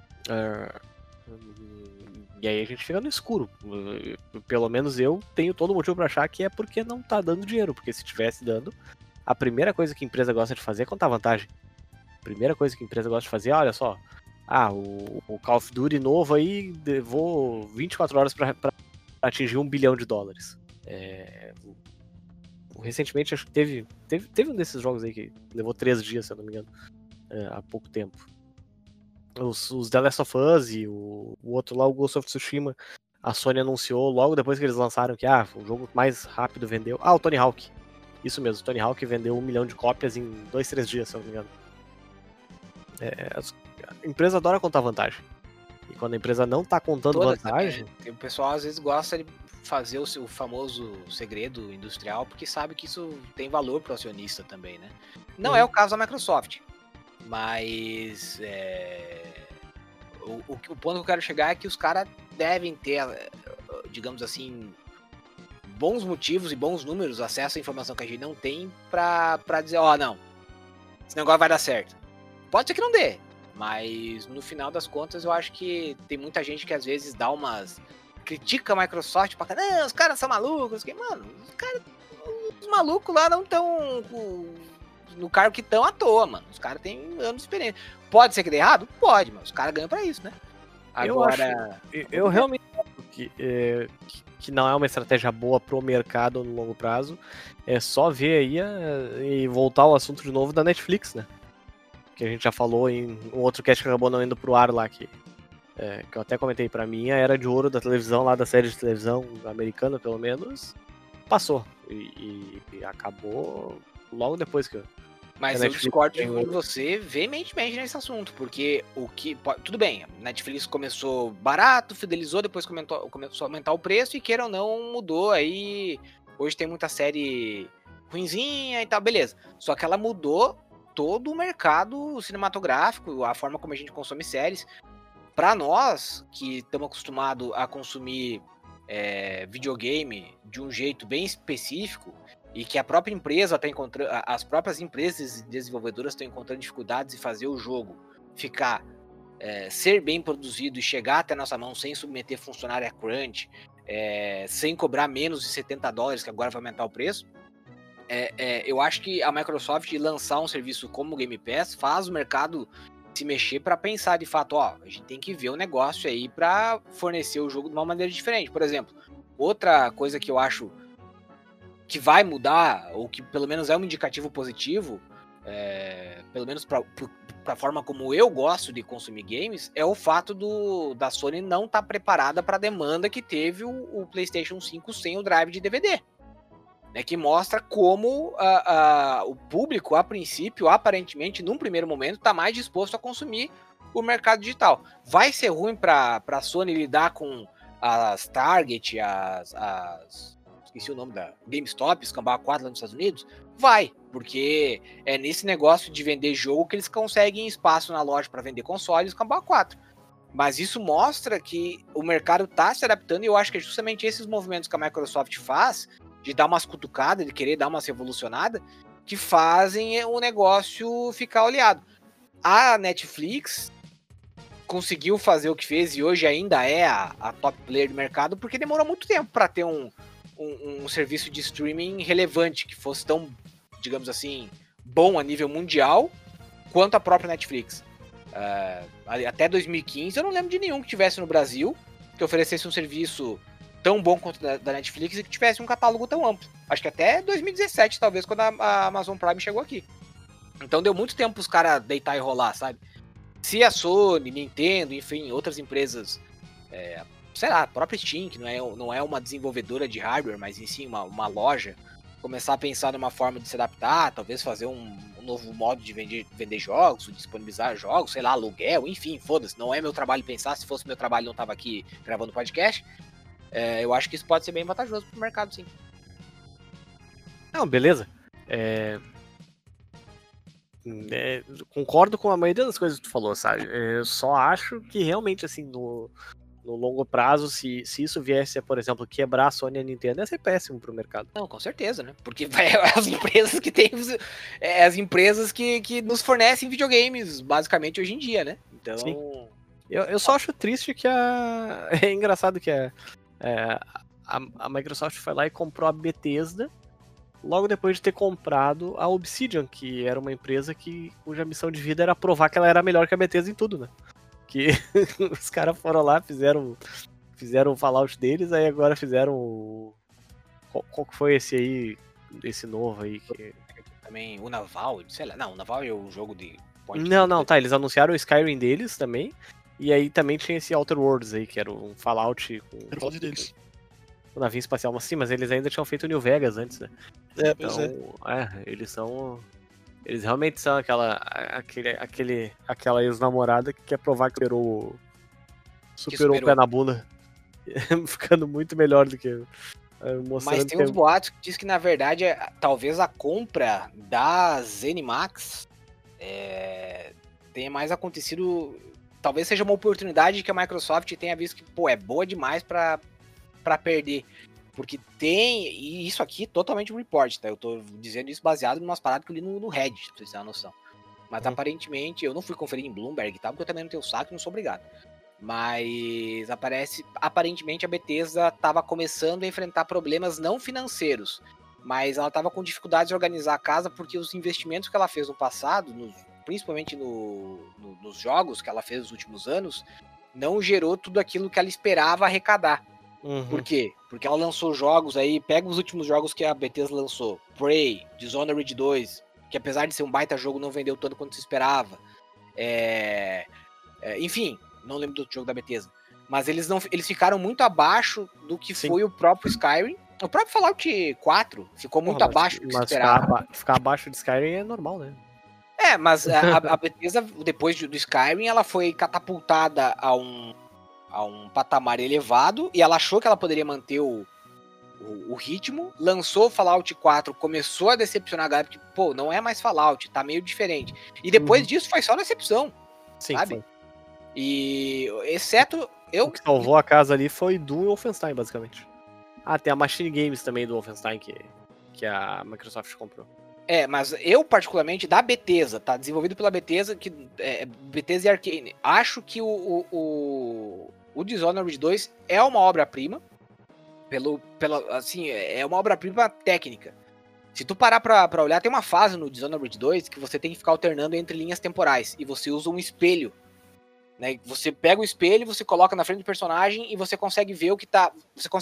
E aí a gente fica no escuro. Pelo menos eu tenho todo motivo pra achar que é porque não tá dando dinheiro, porque se tivesse dando, a primeira coisa que a empresa gosta de fazer é contar vantagem. A primeira coisa que a empresa gosta de fazer é, olha só, o Call of Duty novo aí, levou 24 horas pra atingir $1 bilhão. Recentemente acho que teve um desses jogos aí que levou 3 dias, se eu não me engano, há pouco tempo. Os The Last of Us e o outro lá, o Ghost of Tsushima, a Sony anunciou logo depois que eles lançaram que o jogo mais rápido vendeu. O Tony Hawk. Isso mesmo, o Tony Hawk vendeu 1 milhão de cópias em 2-3 dias, se eu não me engano. A empresa adora contar vantagem. E quando a empresa não tá contando vantagem... O pessoal às vezes gosta de fazer o famoso segredo industrial, porque sabe que isso tem valor pro acionista também, né? Não é o caso da Microsoft. Mas o ponto que eu quero chegar é que os caras devem ter, digamos assim, bons motivos e bons números, acesso à informação que a gente não tem pra dizer, não, esse negócio vai dar certo. Pode ser que não dê, mas no final das contas eu acho que tem muita gente que às vezes dá critica a Microsoft pra caramba, os caras são malucos, mano, os malucos lá não estão no cargo que estão à toa, mano. Os caras têm anos de experiência. Pode ser que dê errado? Pode, mas os caras ganham pra isso, né? Agora... Eu realmente acho que não é uma estratégia boa pro mercado no longo prazo. É só ver aí e voltar ao assunto de novo da Netflix, né? Que a gente já falou em um outro cast que acabou não indo pro ar lá, que eu até comentei, pra mim a era de ouro da televisão lá, da série de televisão americana, pelo menos, passou. E acabou logo depois que... Mas eu discordo de você veementemente nesse assunto, porque tudo bem, a Netflix começou barato, fidelizou, depois começou a aumentar o preço e, queira ou não, mudou aí. Hoje tem muita série ruinzinha e tal, beleza. Só que ela mudou todo o mercado cinematográfico, a forma como a gente consome séries. Pra nós, que estamos acostumados a consumir videogame de um jeito bem específico, e que a própria empresa está encontrando, as próprias empresas desenvolvedoras estão encontrando dificuldades de fazer o jogo ficar, ser bem produzido e chegar até a nossa mão sem submeter funcionário a crunch, sem cobrar menos de $70, que agora vai aumentar o preço. Eu acho que a Microsoft lançar um serviço como o Game Pass faz o mercado se mexer para pensar de fato, a gente tem que ver o negócio aí para fornecer o jogo de uma maneira diferente. Por exemplo, outra coisa que eu acho que vai mudar, ou que pelo menos é um indicativo positivo, pelo menos para a forma como eu gosto de consumir games, é o fato da Sony não estar preparada para a demanda que teve o PlayStation 5 sem o drive de DVD. Né, que mostra como o público, a princípio, aparentemente, num primeiro momento, está mais disposto a consumir o mercado digital. Vai ser ruim para a Sony lidar com as Target, esqueci o nome da GameStop, Escambau 4 lá nos Estados Unidos? Vai, porque é nesse negócio de vender jogo que eles conseguem espaço na loja para vender consoles Escambau 4. Mas isso mostra que o mercado está se adaptando, e eu acho que é justamente esses movimentos que a Microsoft faz, de dar umas cutucadas, de querer dar umas revolucionadas, que fazem o negócio ficar oleado. A Netflix conseguiu fazer o que fez e hoje ainda é a top player do mercado, porque demorou muito tempo para ter um serviço de streaming relevante, que fosse tão, digamos assim, bom a nível mundial quanto a própria Netflix. Até 2015 eu não lembro de nenhum que tivesse no Brasil, que oferecesse um serviço tão bom quanto da Netflix e que tivesse um catálogo tão amplo. Acho que até 2017, talvez, quando a Amazon Prime chegou aqui. Então deu muito tempo pros caras deitar e rolar, sabe? Se a Sony, Nintendo, enfim, outras empresas, sei lá, a própria Steam, que não é uma desenvolvedora de hardware, mas em si uma loja, começar a pensar numa forma de se adaptar, talvez fazer um novo modo de vender jogos, disponibilizar jogos, sei lá, aluguel, enfim, foda-se, não é meu trabalho pensar, se fosse meu trabalho não tava aqui gravando podcast, eu acho que isso pode ser bem vantajoso pro mercado, sim. Não, beleza. Concordo com a maioria das coisas que tu falou, sabe? Eu só acho que realmente, assim, no longo prazo, se isso viesse a, por exemplo, quebrar a Sony e a Nintendo, ia ser péssimo pro mercado. Não, com certeza, né? Porque as empresas que tem. As empresas que nos fornecem videogames, basicamente, hoje em dia, né? Então. Sim. Eu só acho triste que é engraçado que a Microsoft foi lá e comprou a Bethesda logo depois de ter comprado a Obsidian, que era uma empresa cuja missão de vida era provar que ela era melhor que a Bethesda em tudo, né? Que os caras foram lá, fizeram o Fallout deles, aí agora fizeram qual que foi esse aí, esse novo aí? Que... Também o Naval, sei lá, não, o Naval é o jogo de... Não, tá, eles anunciaram o Skyrim deles também, e aí também tinha esse Outer Worlds aí, que era um Fallout com... Era o Fallout deles. O navio espacial, mas sim, mas eles ainda tinham feito New Vegas antes, né? Pois é. Eles realmente são aquela ex-namorada que quer provar que superou o pé na bunda. Ficando muito melhor do que... Mas tem uns boatos que diz que, na verdade, talvez a compra da ZeniMax tenha mais acontecido... Talvez seja uma oportunidade que a Microsoft tenha visto que, é boa demais pra perder. Porque tem... E isso aqui totalmente um report, tá? Eu tô dizendo isso baseado em umas paradas que eu li no Reddit, pra vocês terem uma noção. Mas aparentemente... Eu não fui conferir em Bloomberg e tal, porque eu também não tenho saco e não sou obrigado. Mas aparentemente a Bethesda estava começando a enfrentar problemas não financeiros, mas ela estava com dificuldade de organizar a casa porque os investimentos que ela fez no passado, principalmente nos jogos que ela fez nos últimos anos, não gerou tudo aquilo que ela esperava arrecadar. Uhum. Por quê? Porque ela lançou jogos aí, pega os últimos jogos que a Bethesda lançou, Prey, Dishonored 2, que apesar de ser um baita jogo não vendeu tanto quanto se esperava. Enfim, não lembro do outro jogo da Bethesda, mas eles ficaram muito abaixo do que foi o próprio Skyrim. O próprio Fallout 4 ficou muito abaixo do que se esperava. Ficar abaixo de Skyrim é normal, né? Mas a Bethesda, depois do Skyrim, ela foi catapultada a um patamar elevado e ela achou que ela poderia manter o ritmo, lançou o Fallout 4, começou a decepcionar a galera, porque, não é mais Fallout, tá meio diferente. E depois disso foi só decepção, sim, sabe? Foi. E, exceto o que salvou a casa ali foi Doom e Wolfenstein, basicamente. Tem a Machine Games também do Wolfenstein que a Microsoft comprou. Mas eu, particularmente, da Bethesda, tá desenvolvido pela Bethesda, Bethesda e Arcane, acho que o Dishonored 2 é uma obra-prima, assim, é uma obra-prima técnica. Se tu parar pra olhar, tem uma fase no Dishonored 2 que você tem que ficar alternando entre linhas temporais, e você usa um espelho, né? Você pega o espelho, você coloca na frente do personagem e você consegue ver o que tá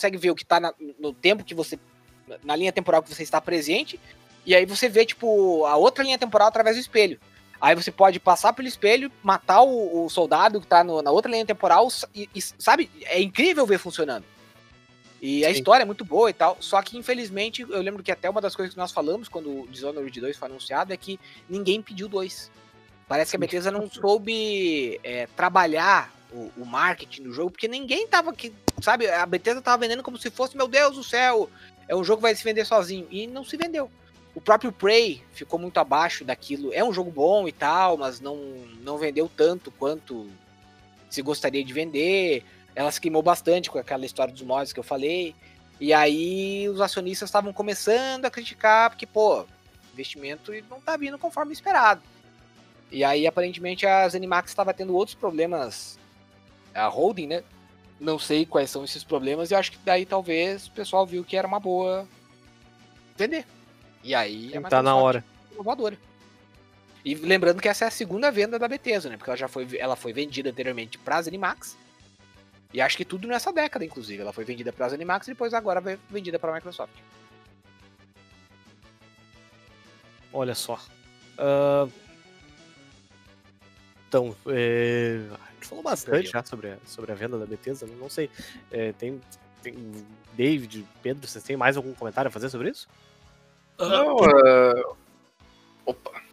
no tempo que você, na linha temporal que você está presente. E aí você vê, a outra linha temporal através do espelho. Aí você pode passar pelo espelho, matar o soldado que tá na outra linha temporal e, sabe, é incrível ver funcionando. E a história é muito boa e tal, só que infelizmente, eu lembro que até uma das coisas que nós falamos quando o Dishonored 2 foi anunciado é que ninguém pediu 2. Parece que a Bethesda não soube trabalhar o marketing do jogo, porque ninguém tava aqui, sabe, a Bethesda tava vendendo como se fosse, meu Deus do céu, um jogo que vai se vender sozinho, e não se vendeu. O próprio Prey ficou muito abaixo daquilo. É um jogo bom e tal, mas não vendeu tanto quanto se gostaria de vender. Ela se queimou bastante com aquela história dos mods que eu falei. E aí os acionistas estavam começando a criticar, porque, investimento não tá vindo conforme esperado. E aí, aparentemente, a ZeniMax estava tendo outros problemas. A holding, né? Não sei quais são esses problemas. E acho que daí talvez o pessoal viu que era uma boa vender. E aí tá na hora. Inovadora. E lembrando que essa é a segunda venda da Bethesda, né? Porque ela foi vendida anteriormente pra ZeniMax. E acho que tudo nessa década, inclusive. Ela foi vendida para a Zenimax e depois agora foi vendida para a Microsoft. Olha só. Então, a gente falou bastante já sobre a venda da Bethesda, não sei. Tem David, Pedro, vocês têm mais algum comentário a fazer sobre isso? Não, Opa.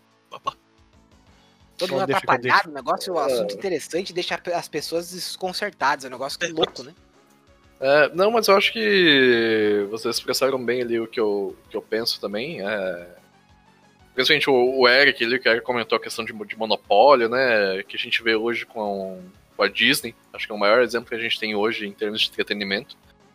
Todo mundo atrapalhado, um negócio, um assunto interessante, deixa as pessoas desconcertadas. É um negócio que é louco, né? Não, mas eu acho que vocês expressaram bem ali o que eu penso também. Principalmente o Eric, ele, que Eric comentou a questão de monopólio, né? Que a gente vê hoje com a Disney. Acho que é o maior exemplo que a gente tem hoje em termos de entretenimento.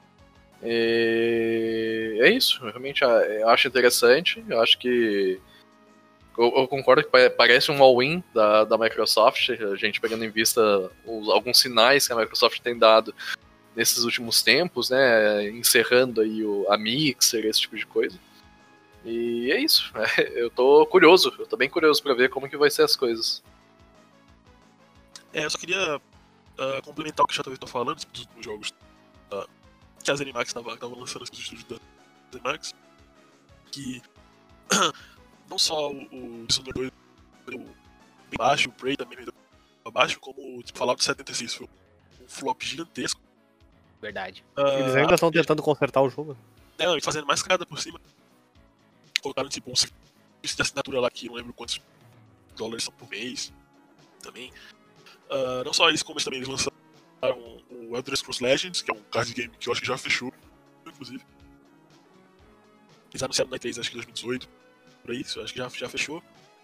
E é isso. Realmente eu acho interessante. Eu acho que eu concordo que parece um all-in da Microsoft, a gente pegando em vista alguns sinais que a Microsoft tem dado nesses últimos tempos, né, encerrando aí a Mixer, esse tipo de coisa. E é isso, eu tô bem curioso pra ver como que vai ser as coisas. Eu só queria complementar o que o JV tá falando dos últimos jogos que a ZeniMax tava lançando nos estúdios da ZeniMax, que não só o Dishonored 2 bem baixo, o Prey também veio abaixo, como tipo, Fallout 76 foi um flop gigantesco. Verdade. Eles ainda estão tentando consertar o jogo. E fazendo mais cada por cima. Colocaram tipo um serviço de assinatura lá que não lembro quantos dólares são por mês também. Não só isso, como também eles lançaram o Elder Scrolls Legends, que é um card game que eu acho que já fechou, inclusive. Eles anunciaram na E3, acho que em 2018. Por aí, eu acho que já fechou.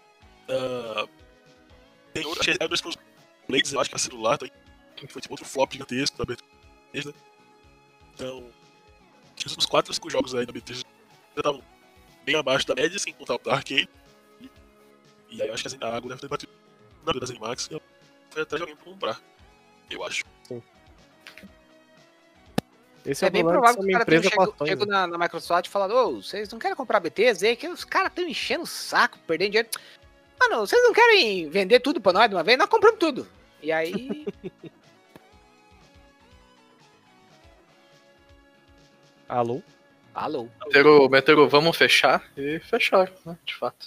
Tem outro, acho que é Elder Scrolls Blades, eu acho que é celular também, que foi tipo outro flop gigantesco da Bethesda. Então, os últimos 4 ou 5 jogos aí da Bethesda já estavam bem abaixo da média, sem contar o da Arcane. E aí eu acho que a água deve ter batido na vida da ZeniMax e foi atrás de alguém pra comprar, eu acho. Sim. Esse bem provável que os caras chegam na Microsoft falando: vocês não querem comprar a Bethesda? Que os caras estão enchendo o saco, perdendo dinheiro. Mano, vocês não querem vender tudo pra nós de uma vez? Nós compramos tudo. E aí... Alô? Meteoro, vamos fechar? E fecharam, né? De fato.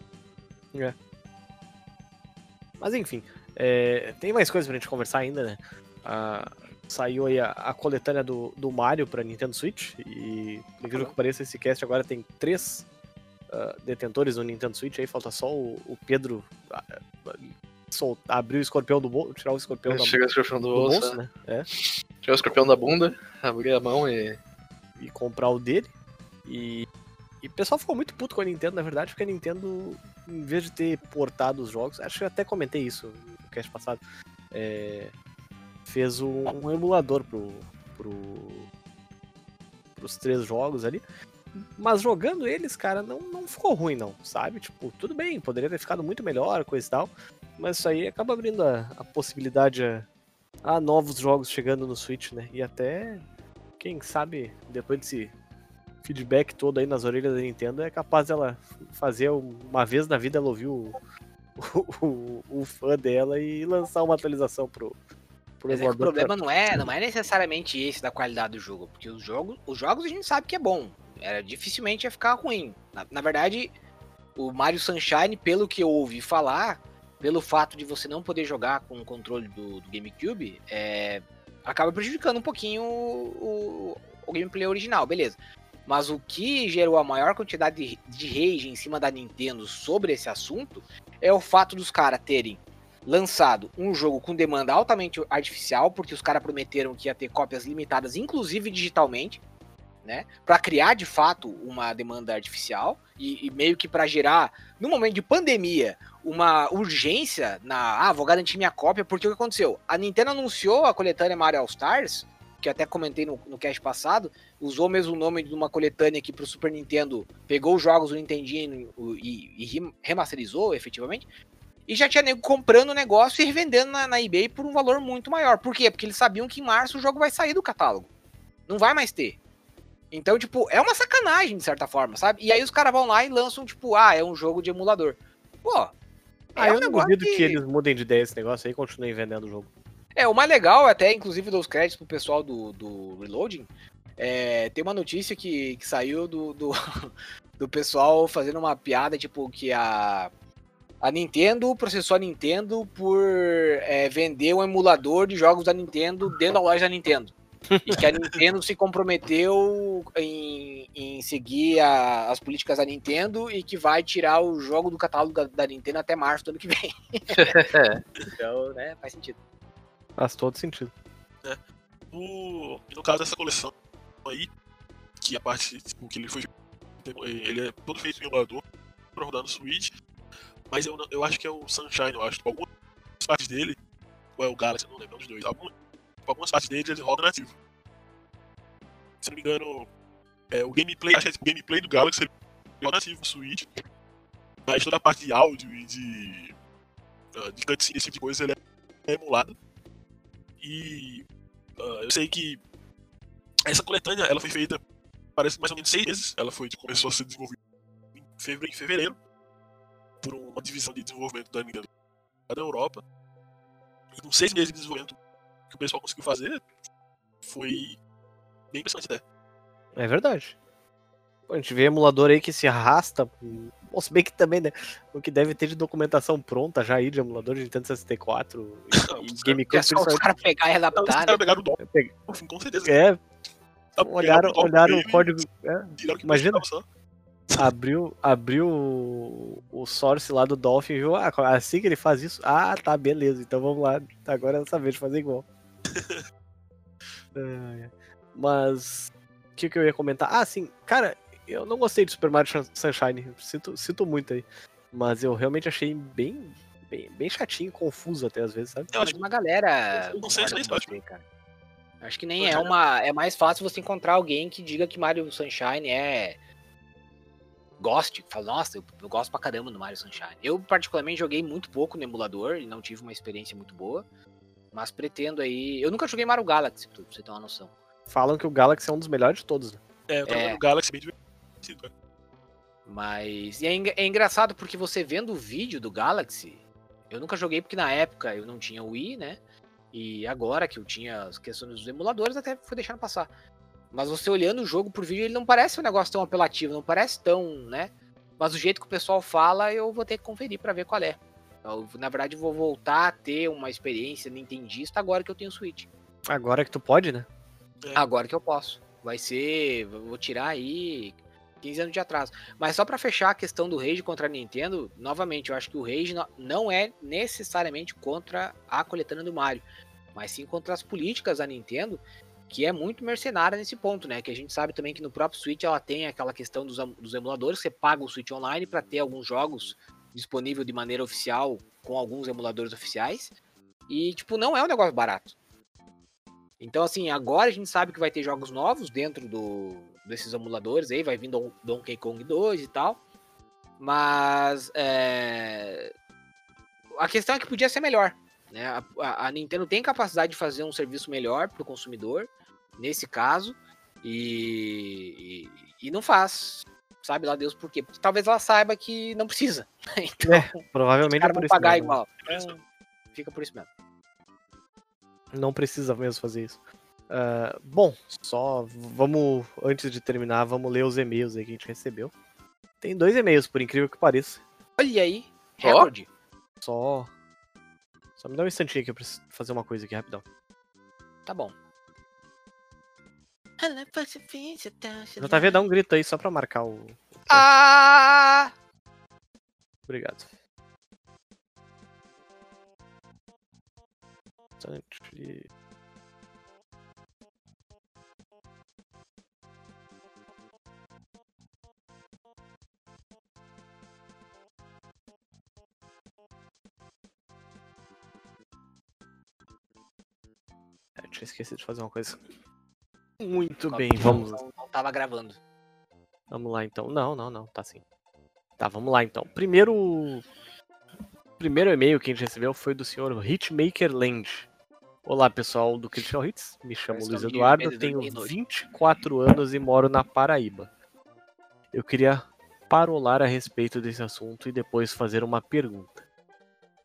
Mas enfim, tem mais coisas pra gente conversar ainda, né? Saiu aí a coletânea do Mario pra Nintendo Switch. E, por incrível que pareça, esse cast agora tem 3 detentores no Nintendo Switch. Aí falta só o Pedro abrir o escorpião do bolso, tirar o escorpião do bolso, né? Tirar o escorpião da bunda, abrir a mão e comprar o dele. E o pessoal ficou muito puto com a Nintendo, na verdade, porque a Nintendo, em vez de ter portado os jogos, acho que eu até comentei isso no cast passado, fez um emulador pros 3 jogos ali. Mas jogando eles, cara, não ficou ruim, não, sabe? Tipo, tudo bem, poderia ter ficado muito melhor, coisa e tal. Mas isso aí acaba abrindo a possibilidade a novos jogos chegando no Switch, né? E até, quem sabe, depois desse feedback todo aí nas orelhas da Nintendo, é capaz dela fazer uma vez na vida, ela ouvir o fã dela e lançar uma atualização pro Mas o problema não é necessariamente esse da qualidade do jogo, porque os jogos a gente sabe que é bom. Dificilmente ia ficar ruim. Na verdade, o Mario Sunshine, pelo que eu ouvi falar, pelo fato de você não poder jogar com o controle do GameCube, acaba prejudicando um pouquinho o gameplay original, beleza. Mas o que gerou a maior quantidade de rage em cima da Nintendo sobre esse assunto é o fato dos caras terem lançado um jogo com demanda altamente artificial, porque os caras prometeram que ia ter cópias limitadas, inclusive digitalmente, né, para criar de fato uma demanda artificial e meio que para gerar, no momento de pandemia, uma urgência vou garantir minha cópia, porque o que aconteceu? A Nintendo anunciou a coletânea Mario All Stars, que eu até comentei no cast passado, usou mesmo o nome de uma coletânea que pro Super Nintendo pegou os jogos do Nintendinho e remasterizou efetivamente, e já tinha nego comprando o negócio e revendendo na eBay por um valor muito maior. Por quê? Porque eles sabiam que em março o jogo vai sair do catálogo. Não vai mais ter. Então, tipo, é uma sacanagem, de certa forma, sabe? E aí os caras vão lá e lançam, tipo, é um jogo de emulador. Pô, eu não duvido que eles mudem de ideia esse negócio aí e continuem vendendo o jogo. O mais legal, até inclusive dou os créditos pro pessoal do Reloading, tem uma notícia que saiu do pessoal fazendo uma piada, tipo, que a Nintendo processou a Nintendo por vender um emulador de jogos da Nintendo dentro da loja da Nintendo. E que a Nintendo se comprometeu em seguir as políticas da Nintendo e que vai tirar o jogo do catálogo da Nintendo até março do ano que vem. Então, né, faz sentido. Faz todo sentido. No caso dessa coleção aí, que a parte tipo, que ele é todo feito em emulador pra rodar no Switch, mas eu acho que é o Sunshine, eu acho. Tipo, algumas partes dele, ou é o Galaxy, eu não lembro dos dois, algumas partes dele ele roda nativo. Se não me engano, o gameplay, acho que é o gameplay do Galaxy ele roda nativo no Switch, mas toda a parte de áudio e de cutscene, esse tipo de coisa, ele é emulado. E eu sei que essa coletânea ela foi feita, parece mais ou menos 6 meses. Ela começou a ser desenvolvida em fevereiro por uma divisão de desenvolvimento da Nintendo da Europa. E com 6 meses de desenvolvimento que o pessoal conseguiu fazer, foi bem impressionante até. É verdade. Pô, a gente vê emulador aí que se arrasta. Bom, se bem que também, né? O que deve ter de documentação pronta já aí de emulador de Nintendo 64 e GameCube. É só os caras pegar e Os adaptar, caras né? pegaram o dom, com certeza. Olharam o código. Tiraram o que Imagina. precisava só. Abriu o source lá do Dolphin e viu, assim que ele faz isso, tá, beleza, então vamos lá, agora é dessa vez de fazer igual. Mas, o que eu ia comentar? Sim, cara, eu não gostei de Super Mario Sunshine, sinto muito aí, mas eu realmente achei bem chatinho, confuso até às vezes, sabe? Eu acho que uma galera não sei se é concorda com você, cara. Acho que nem é mais fácil você encontrar alguém que diga que Mario Sunshine fala, nossa, eu gosto pra caramba do Mario Sunshine. Eu, particularmente, joguei muito pouco no emulador e não tive uma experiência muito boa. Mas pretendo aí... Eu nunca joguei Mario Galaxy, pra você ter uma noção. Falam que o Galaxy é um dos melhores de todos, né? Eu tava no Galaxy bem divertido, cara. Mas... E é engraçado porque você vendo o vídeo do Galaxy... Eu nunca joguei porque na época eu não tinha Wii, né? E agora que eu tinha as questões dos emuladores, até fui deixando passar. Mas você olhando o jogo por vídeo, ele não parece um negócio tão apelativo, não parece tão, né? Mas o jeito que o pessoal fala, eu vou ter que conferir pra ver qual é. Eu, na verdade, vou voltar a ter uma experiência nintendista agora que eu tenho Switch. Agora que tu pode, né? Agora que eu posso. Vou tirar aí 15 anos de atraso. Mas só pra fechar a questão do Rage contra a Nintendo, novamente, eu acho que o Rage não é necessariamente contra a coletânea do Mario, mas sim contra as políticas da Nintendo, que é muito mercenária nesse ponto, né? Que a gente sabe também que no próprio Switch ela tem aquela questão dos emuladores, você paga o Switch Online para ter alguns jogos disponíveis de maneira oficial com alguns emuladores oficiais. E, tipo, não é um negócio barato. Então, assim, agora a gente sabe que vai ter jogos novos dentro desses emuladores aí, vai vir Donkey Kong 2 e tal. Mas a questão é que podia ser melhor. Né? A Nintendo tem capacidade de fazer um serviço melhor para o consumidor, nesse caso, e não faz. Sabe lá Deus por quê? Porque talvez ela saiba que não precisa. Então, provavelmente os caras vão pagar mesmo. igual. Então, fica por isso mesmo. Não precisa mesmo fazer isso. Bom, só vamos, antes de terminar, vamos ler os e-mails aí que a gente recebeu. Tem 2 e-mails, por incrível que pareça. Olha aí, recorde. Só me dá um instantinho aqui, eu preciso fazer uma coisa aqui rapidão. Tá bom. JV, dá um grito aí só pra marcar o... Obrigado. Instante. Tinha esquecido de fazer uma coisa. Muito bem, vamos. Não tava gravando. Vamos lá então. Não, tá sim. Tá, vamos lá então. Primeiro e-mail que a gente recebeu foi do senhor Hitmaker Land. Olá pessoal do Critical Hits, me chamo Luiz Eduardo, tenho 24 anos e moro na Paraíba. Eu queria parolar a respeito desse assunto e depois fazer uma pergunta.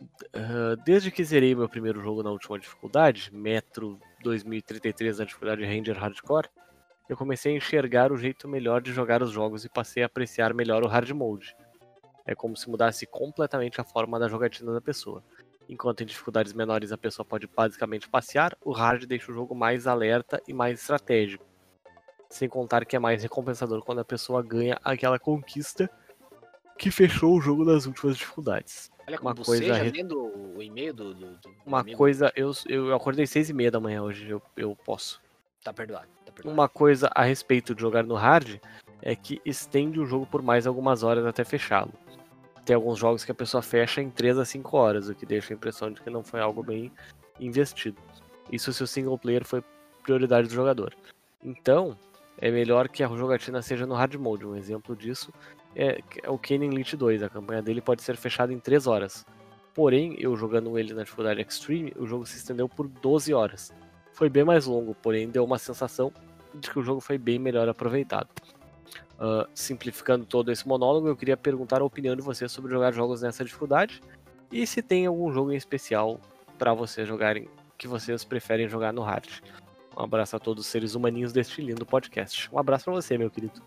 Desde que zerei meu primeiro jogo na última dificuldade, Metro 2033 na dificuldade Ranger Hardcore, eu comecei a enxergar o jeito melhor de jogar os jogos e passei a apreciar melhor o Hard Mode. É como se mudasse completamente a forma da jogatina da pessoa. Enquanto em dificuldades menores a pessoa pode basicamente passear, o Hard deixa o jogo mais alerta e mais estratégico. Sem contar que é mais recompensador quando a pessoa ganha aquela conquista que fechou o jogo nas últimas dificuldades. Olha, Uma como coisa você já re- lendo o e-mail do Uma amigo, coisa, eu acordei 6h30 da manhã hoje, eu posso. tá perdoado. Uma coisa a respeito de jogar no hard é que estende o jogo por mais algumas horas até fechá-lo. Tem alguns jogos que a pessoa fecha em 3 a 5 horas, o que deixa a impressão de que não foi algo bem investido. Isso se o single player foi prioridade do jogador. Então, é melhor que a jogatina seja no hard mode. Um exemplo disso é o Kane Elite 2. A campanha dele pode ser fechada em 3 horas. Porém, eu jogando ele na dificuldade Extreme, o jogo se estendeu por 12 horas. Foi bem mais longo, porém deu uma sensação de que o jogo foi bem melhor aproveitado. Simplificando todo esse monólogo, eu queria perguntar a opinião de vocês sobre jogar jogos nessa dificuldade e se tem algum jogo em especial para vocês jogarem que vocês preferem jogar no hard. Um abraço a todos os seres humaninhos deste lindo podcast. Um abraço para você, meu querido.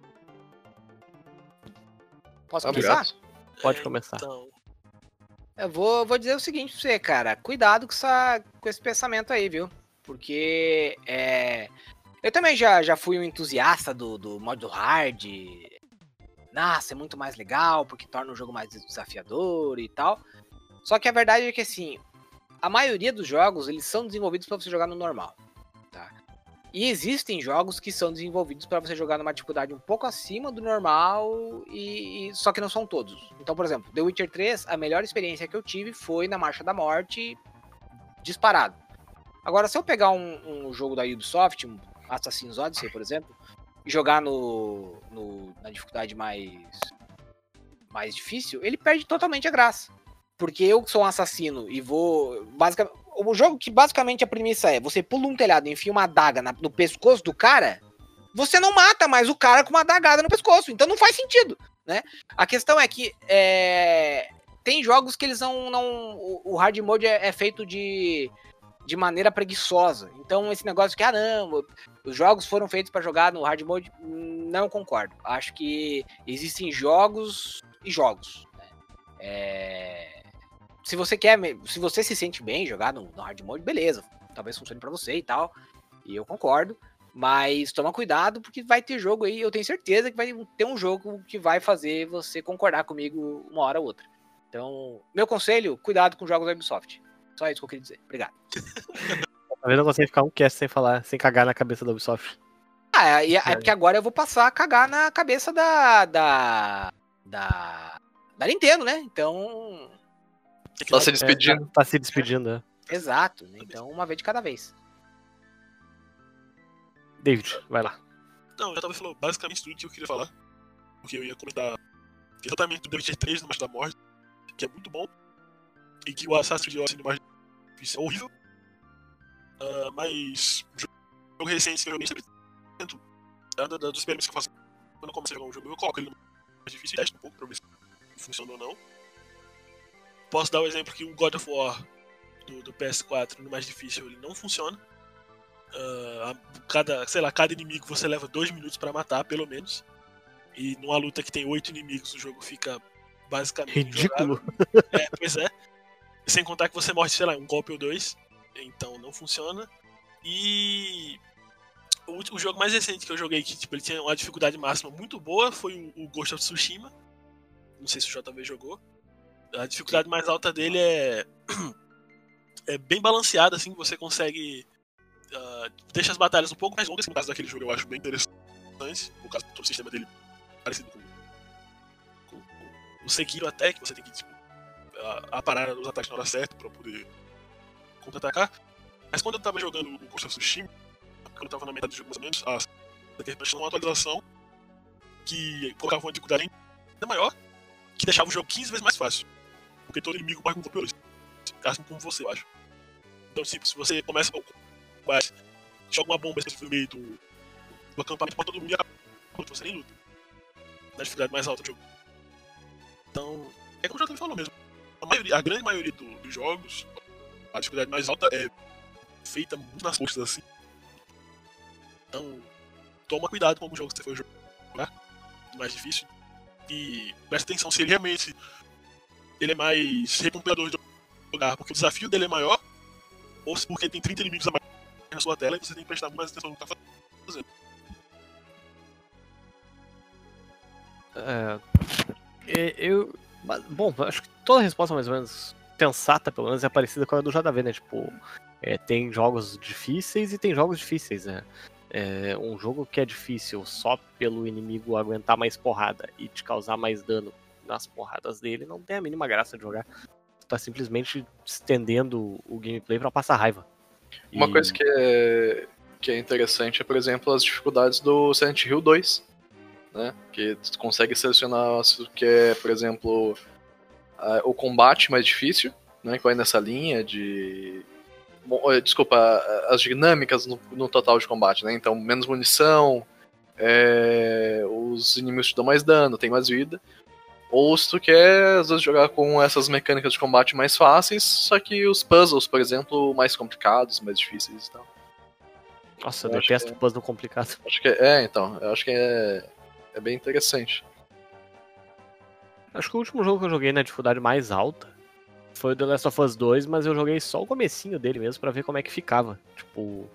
Posso Obrigado. começar? Pode começar. Então, Eu vou dizer o seguinte pra você, cara. Cuidado com esse pensamento aí, viu? Porque eu também já fui um entusiasta do modo hard. Nossa, é muito mais legal, porque torna o jogo mais desafiador e tal. Só que a verdade é que, assim, a maioria dos jogos, eles são desenvolvidos para você jogar no normal, tá? E existem jogos que são desenvolvidos para você jogar numa dificuldade um pouco acima do normal, só que não são todos. Então, por exemplo, The Witcher 3, a melhor experiência que eu tive foi na Marcha da Morte, disparado. Agora, se eu pegar um jogo da Ubisoft, um Assassin's Odyssey, por exemplo, e jogar na dificuldade mais difícil, ele perde totalmente a graça. Porque eu sou um assassino e vou... O jogo que basicamente a premissa é, você pula um telhado e enfia uma adaga no pescoço do cara, você não mata mais o cara com uma adagada no pescoço. Então não faz sentido, né? A questão é que tem jogos que eles não... O hard mode é feito de maneira preguiçosa. Então esse negócio que, não, os jogos foram feitos para jogar no hard mode, não concordo. Acho que existem jogos e jogos. Né? Se você se sente bem jogar no hard mode, beleza. Talvez funcione pra você e tal. E eu concordo. Mas toma cuidado, porque vai ter jogo aí. Eu tenho certeza que vai ter um jogo que vai fazer você concordar comigo uma hora ou outra. Então, meu conselho, cuidado com jogos da Ubisoft. Só isso que eu queria dizer. Obrigado. Talvez não consiga ficar um cast sem falar, sem cagar na cabeça da Ubisoft. É porque agora eu vou passar a cagar na cabeça da Nintendo, né? Então... Tá se despedindo. Tá se despedindo, né? Exato. Né? Então, uma vez de cada vez. David, vai lá. não, já tava falando basicamente tudo que eu queria falar. Porque eu ia comentar exatamente do The Witcher 3 no Marcha da Morte, que é muito bom. E que o Assassin's Odyssey no Marcha da Morte é horrível. Mas jogo recente que eu joguei sempre tento, dos experimentos que eu faço quando eu começo a jogar um jogo, eu coloco ele no mais difícil e testo um pouco pra ver se funciona ou não. Posso dar o exemplo que o God of War do PS4 no mais difícil ele não funciona. Cada inimigo você leva 2 minutos pra matar, pelo menos. E numa luta que tem 8 inimigos, o jogo fica basicamente Ridículo. Pois é. Sem contar que você morre, sei lá, um golpe ou 2. Então não funciona. E o jogo mais recente que eu joguei, que tipo, ele tinha uma dificuldade máxima muito boa, foi o Ghost of Tsushima. Não sei se o JV jogou. A dificuldade mais alta dele é bem balanceada, assim, você consegue... deixa as batalhas um pouco mais longas, no caso daquele jogo eu acho bem interessante, por causa do sistema dele parecido com o Sekiro até, que você tem que tipo, parar os ataques na hora certa pra poder contra-atacar. Mas quando eu tava jogando o Ghost of Tsushima, quando eu tava na metade do jogo mais ou menos, a uma atualização que colocava uma dificuldade ainda maior, que deixava o jogo 15 vezes mais fácil. Porque todo inimigo morre com golpe assim como você, eu acho. Então, tipo, se você começa com combate, joga uma bomba no meio do acampamento pra todo mundo e acaba, você nem luta. Na dificuldade mais alta do jogo. Então, é como o JV falou mesmo. a grande maioria dos jogos, a dificuldade mais alta é feita muito nas costas, assim. Então, toma cuidado com alguns jogos que você for jogar, mais difícil. E presta atenção se ele realmente ele é mais recompensador de jogar, porque o desafio dele é maior, ou se porque tem 30 inimigos a mais na sua tela e você tem que prestar mais atenção no que tá fazendo. Bom, acho que toda a resposta mais ou menos sensata, pelo menos, é parecida com a do JV, né? Tipo, tem jogos difíceis e tem jogos difíceis, né? Um jogo que é difícil só pelo inimigo aguentar mais porrada e te causar mais dano nas porradas dele, não tem a mínima graça de jogar. Tu tá simplesmente estendendo o gameplay pra passar raiva. Uma coisa que é interessante é, por exemplo, as dificuldades do Silent Hill 2, né? Que tu consegue selecionar o que é, por exemplo, o combate mais difícil, né? Que vai nessa linha de... Desculpa, as dinâmicas no total de combate, né? Então, menos munição, os inimigos te dão mais dano, tem mais vida. Ou se tu quer, às vezes, jogar com essas mecânicas de combate mais fáceis, só que os puzzles, por exemplo, mais complicados, mais difíceis e tal. Nossa, eu detesto puzzle complicado. Acho que então, eu acho que é bem interessante. Acho que o último jogo que eu joguei na dificuldade mais alta foi o The Last of Us 2, mas eu joguei só o comecinho dele mesmo pra ver como é que ficava. Tipo,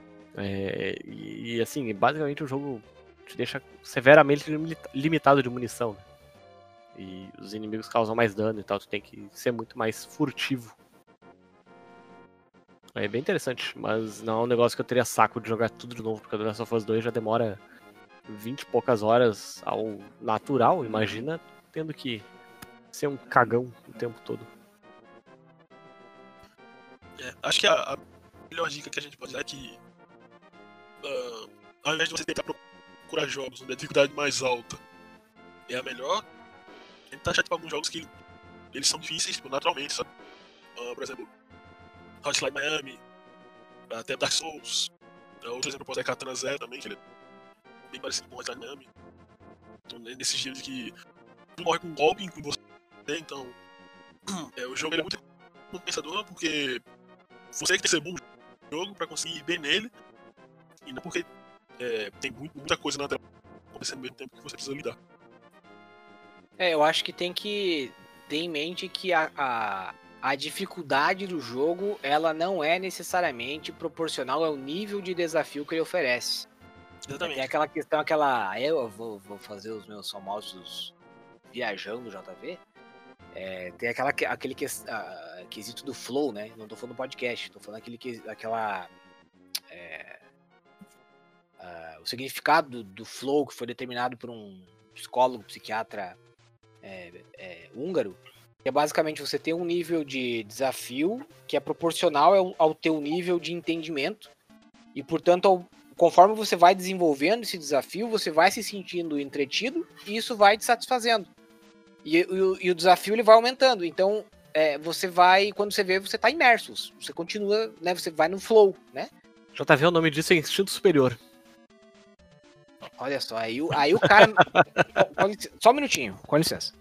e assim, basicamente o jogo te deixa severamente limitado de munição, né? E os inimigos causam mais dano e tal, tu tem que ser muito mais furtivo. É bem interessante, mas não é um negócio que eu teria saco de jogar tudo de novo, porque o The Last of Us 2 já demora 20 e poucas horas ao natural, imagina tendo que ser um cagão o tempo todo. Acho que a melhor dica que a gente pode dar é que ao invés de você tentar procurar jogos onde a dificuldade mais alta é a melhor, tentar achar tipo, alguns jogos que eles são difíceis, tipo, naturalmente, sabe? Por exemplo, Hotline Miami, até Dark Souls. Outro exemplo pode ser Katana Zero também, que ele é bem parecido com Hotline Miami. Então, nesse estilo de que tu morre com um golpe em você, então o jogo ele é muito compensador, porque você tem que ser bom no jogo pra conseguir ir bem nele, e não porque tem muita coisa na tela acontecendo ao mesmo tempo que você precisa lidar. Eu acho que tem que ter em mente que a dificuldade do jogo, ela não é necessariamente proporcional ao nível de desafio que ele oferece. Exatamente. Tem aquela questão, eu vou fazer os meus famosos viajando JV. Tem aquele quesito do flow, né? Não tô falando podcast, tô falando o significado do flow que foi determinado por um psicólogo, psiquiatra húngaro, que é basicamente você ter um nível de desafio que é proporcional ao teu nível de entendimento e, portanto, conforme você vai desenvolvendo esse desafio, você vai se sentindo entretido e isso vai te satisfazendo. E o desafio ele vai aumentando. Então, você vai, quando você vê, você tá imerso. Você continua, né? Você vai no flow, né? JV, o nome disso é Instinto Superior. Olha só, aí o cara... Só um minutinho, com licença.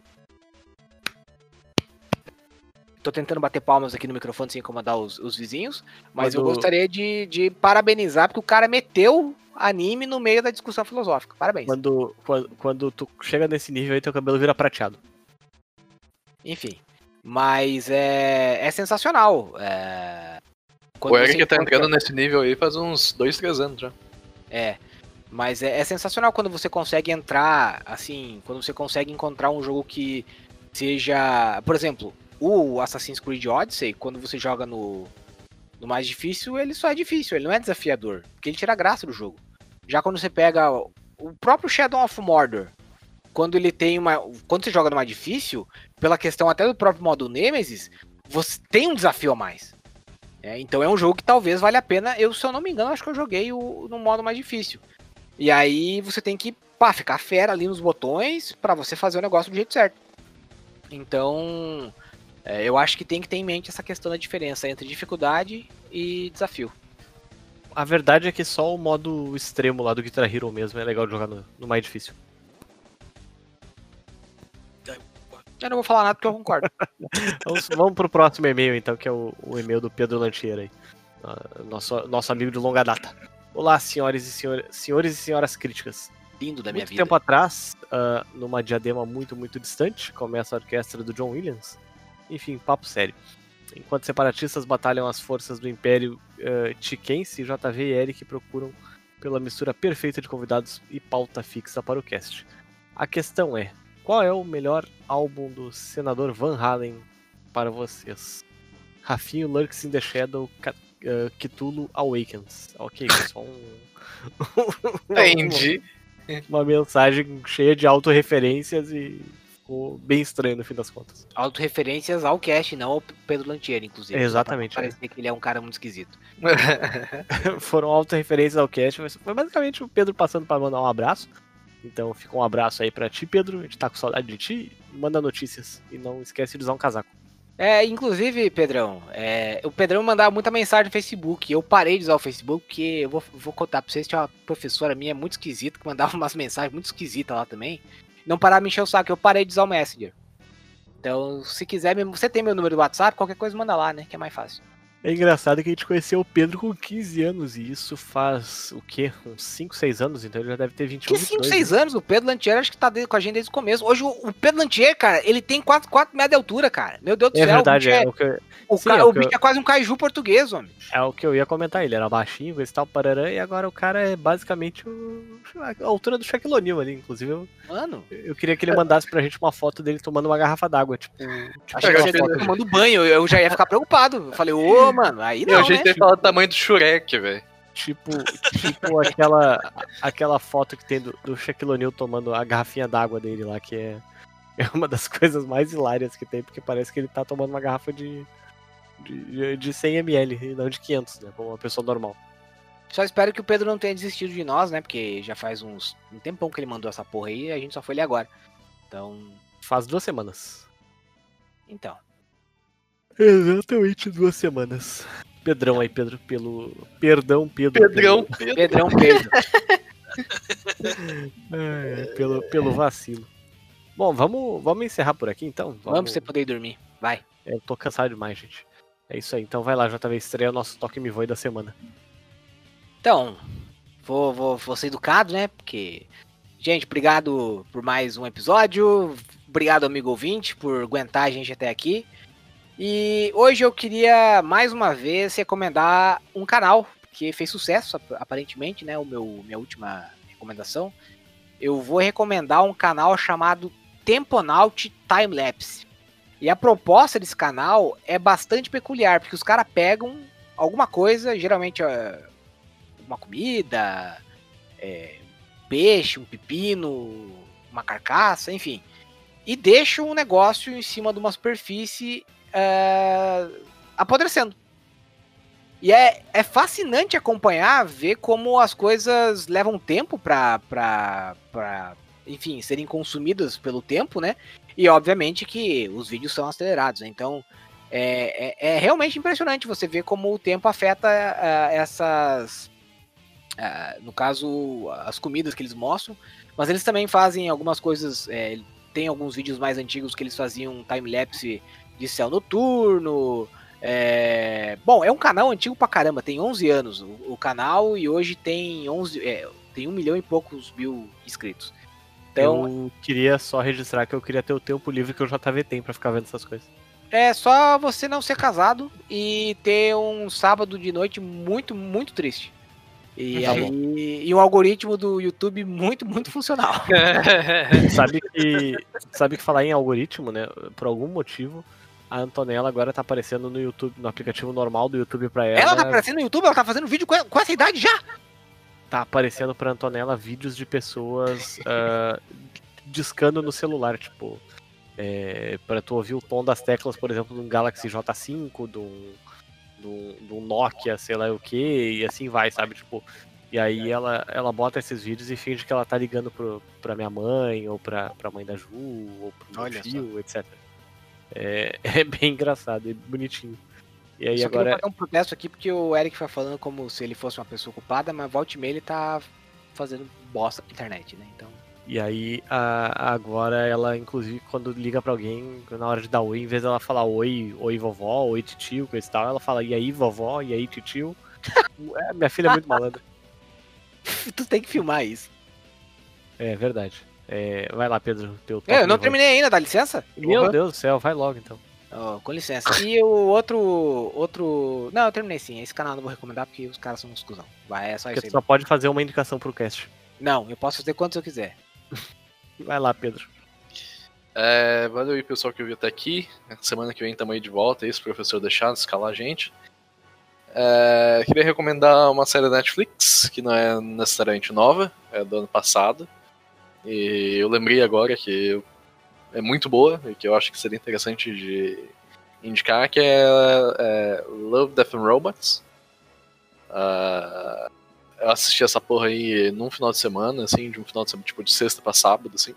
Tô tentando bater palmas aqui no microfone sem incomodar os vizinhos, mas eu gostaria de parabenizar, porque o cara meteu anime no meio da discussão filosófica. Parabéns. Quando tu chega nesse nível aí, teu cabelo vira prateado. Enfim, mas é sensacional. O Eric tá entrando nesse nível aí faz uns 2-3 anos já. Mas é sensacional quando você consegue entrar, assim, quando você consegue encontrar um jogo que seja... Por exemplo, o Assassin's Creed Odyssey, quando você joga no mais difícil, ele só é difícil, ele não é desafiador, porque ele tira a graça do jogo. Já quando você pega o próprio Shadow of Mordor, quando você joga no mais difícil, pela questão até do próprio modo Nemesis, você tem um desafio a mais. Então é um jogo que talvez valha a pena. Se eu não me engano, acho que eu joguei no modo mais difícil. E aí você tem que ficar fera ali nos botões pra você fazer o negócio do jeito certo. Então, eu acho que tem que ter em mente essa questão da diferença entre dificuldade e desafio. A verdade é que só o modo extremo lá do Guitar Hero mesmo é legal de jogar no mais difícil. Eu não vou falar nada porque eu concordo. Vamos pro próximo e-mail, então, que é o e-mail do Pedro Lantier aí. Nosso amigo de longa data. Olá, senhores e senhoras críticas. Lindo da minha Muito vida. tempo atrás, numa diadema muito, muito distante, começa a orquestra do John Williams. Enfim, papo sério. Enquanto separatistas batalham as forças do Império Tiquense, JV e Eric procuram pela mistura perfeita de convidados e pauta fixa para o cast. A questão é, qual é o melhor álbum do Senador Van Halen para vocês? Rafinho Lurks in the Shadow, Cthulhu Awakens. Ok, só Entendi. uma mensagem cheia de autorreferências e ficou bem estranho no fim das contas. Autorreferências ao cast, não ao Pedro Lantier, inclusive. Exatamente, Só pra parecer que ele é um cara muito esquisito. Foram autorreferências ao cast, mas foi basicamente o Pedro passando para mandar um abraço. Então fica um abraço aí pra ti, Pedro. A gente tá com saudade de ti. Manda notícias e não esquece de usar um casaco. Inclusive, Pedrão, o Pedrão mandava muita mensagem no Facebook. Eu parei de usar o Facebook porque eu vou contar pra vocês, tinha uma professora minha muito esquisita que mandava umas mensagens muito esquisitas lá também. Não parava de me encher o saco, eu parei de usar o Messenger. Então, se quiser, você tem meu número do WhatsApp, qualquer coisa manda lá, né, que é mais fácil. É engraçado que a gente conheceu o Pedro com 15 anos e isso faz o quê? Uns 5, 6 anos, então ele já deve ter 21, Que 5, 22, 6 né? anos? O Pedro Lantier acho que tá com a gente desde o começo. Hoje o Pedro Lantier, cara, ele tem 4 metros de altura, cara. Meu Deus do É céu. verdade, O bicho é quase um kaiju português, homem. é o que eu ia comentar. Ele era baixinho, com esse tal parará, e agora o cara é basicamente a altura do Shaquille O'Neal ali. Inclusive, Mano, eu queria que ele mandasse pra gente uma foto dele tomando uma garrafa d'água, tipo achei que aquela ele foto. tomando banho, eu já ia ficar preocupado. Eu falei, mano, aí Eu não, já né? ia falar do tamanho do Shurek, velho. Tipo aquela foto que tem do Shaquille O'Neal tomando a garrafinha d'água dele lá, que é uma das coisas mais hilárias que tem, porque parece que ele tá tomando uma garrafa de 100 ml e não de 500, né, como uma pessoa normal. Só espero que o Pedro não tenha desistido de nós, né? Porque já faz um tempão que ele mandou essa porra aí e a gente só foi ler agora. Faz 2 semanas. Então. Exatamente 2 semanas. Pedrão aí, Pedro, Perdão, Pedro. Pedrão, Pedrão Pedro. Pelo vacilo. Bom, vamos encerrar por aqui então? Vamos pra você poder ir dormir. Vai. Eu tô cansado demais, gente. É isso aí, então vai lá, JV, estreia o nosso Toque Me Voe da semana. Então, vou ser educado, né? Porque, gente, obrigado por mais um episódio. Obrigado, amigo ouvinte, por aguentar a gente até aqui. E hoje eu queria, mais uma vez, recomendar um canal que fez sucesso, aparentemente, né? Minha última recomendação. Eu vou recomendar um canal chamado Temponaut Timelapse. E a proposta desse canal é bastante peculiar, porque os caras pegam alguma coisa, geralmente uma comida, peixe, um pepino, uma carcaça, enfim, e deixam um negócio em cima de uma superfície apodrecendo. E é fascinante acompanhar, ver como as coisas levam tempo pra enfim, serem consumidas pelo tempo, né? E obviamente que os vídeos são acelerados, né? Então é realmente impressionante você ver como o tempo afeta essas, no caso, as comidas que eles mostram, mas eles também fazem algumas coisas, tem alguns vídeos mais antigos que eles faziam time-lapse de céu noturno. Bom, é um canal antigo pra caramba, tem 11 anos o canal e hoje tem 1 milhão e poucos mil inscritos. Então, eu queria só registrar que eu queria ter o tempo livre que o JV tem pra ficar vendo essas coisas. é só você não ser casado e ter um sábado de noite muito, muito triste. E Tá aí, um algoritmo do YouTube muito, muito funcional. Sabe que falar em algoritmo, né? Por algum motivo, a Antonella agora tá aparecendo no YouTube, no aplicativo normal do YouTube pra ela. Ela tá aparecendo no YouTube, ela tá fazendo vídeo com essa idade já. Tá aparecendo pra Antonella vídeos de pessoas discando no celular, tipo, pra tu ouvir o tom das teclas, por exemplo, de um Galaxy J5, de um Nokia, sei lá o que, e assim vai, sabe, tipo, e aí ela bota esses vídeos e finge que ela tá ligando pra minha mãe, ou pra mãe da Ju, ou pro meu Olha tio, etc. É bem engraçado, é bonitinho. E aí Só agora... queria fazer um protesto aqui, porque o Eric foi falando como se ele fosse uma pessoa ocupada, mas volta e meia ele tá fazendo bosta na internet, né? Então, E aí, agora ela, inclusive, quando liga pra alguém, na hora de dar oi, em vez dela falar oi vovó, oi titio, coisa e tal, ela fala e aí vovó, e aí titio. Minha filha é muito malandra. Tu tem que filmar isso. É verdade. Vai lá, Pedro, teu top. Eu não terminei ainda, dá licença? Meu Deus do céu, vai logo então. Oh, com licença. E o outro... Não, eu terminei sim. Esse canal eu não vou recomendar porque os caras são uns cuzão. Vai, é só Porque isso tu aí. só pode fazer uma indicação pro cast. Não, eu posso fazer quantos eu quiser. Vai lá, Pedro. Valeu aí, pessoal, que ouviu até aqui. Semana que vem estamos aí de volta, aí, se o professor deixar de escalar a gente. Queria recomendar uma série da Netflix, que não é necessariamente nova, é do ano passado. E eu lembrei agora que é muito boa e que eu acho que seria interessante de indicar, que é Love, Death and Robots. Eu assisti essa porra aí num final de semana, assim, de um final de semana, tipo de sexta pra sábado, assim.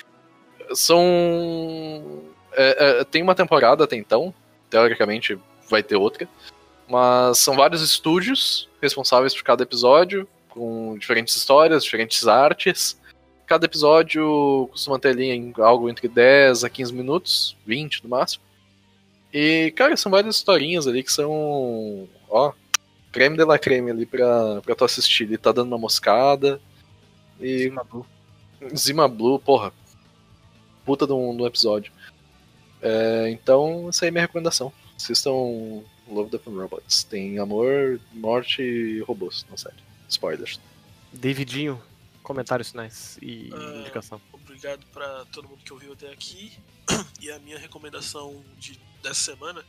Tem uma temporada até então, teoricamente vai ter outra, mas são vários estúdios responsáveis por cada episódio, com diferentes histórias, diferentes artes. Cada episódio costuma ter ali em algo entre 10 a 15 minutos, 20 no máximo. E, cara, são várias historinhas ali que são, creme de la creme ali pra tu assistir. Ele tá dando uma moscada. E Zima Blue, porra. Puta de um episódio. Então, essa aí é a minha recomendação. Assistam Love, Death and Robots. Tem amor, morte e robôs na série. Spoilers. Davidinho, comentários finais e indicação. Obrigado pra todo mundo que ouviu até aqui. E a minha recomendação dessa semana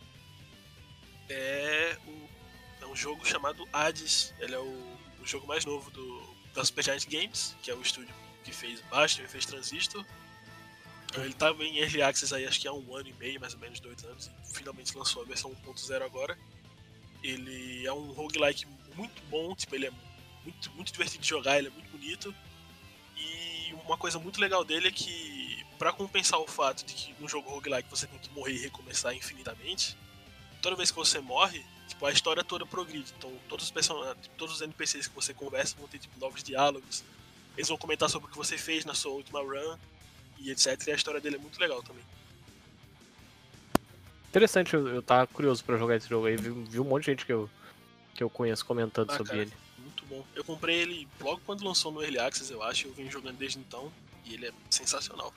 é um jogo chamado Hades. Ele é o jogo mais novo da Supergiant Games, que é o estúdio que fez Bastion e fez Transistor. Ele estava em Early Access aí, acho que há 1 ano e meio, mais ou menos 2 anos, e finalmente lançou a versão 1.0 agora. Ele é um roguelike muito bom, tipo, ele é muito, muito divertido de jogar, ele é muito bonito. E uma coisa muito legal dele é que, pra compensar o fato de que no jogo roguelike você tem que morrer e recomeçar infinitamente, toda vez que você morre, tipo, a história toda progride. Então todos os personagens, todos os NPCs que você conversa vão ter tipo, novos diálogos, eles vão comentar sobre o que você fez na sua última run, e etc. E a história dele é muito legal também. Interessante, eu tava curioso pra jogar esse jogo aí. Vi um monte de gente que eu conheço comentando sobre cara, ele. Muito bom. Eu comprei ele logo quando lançou no Early Access, eu acho. Eu venho jogando desde então. E ele é sensacional.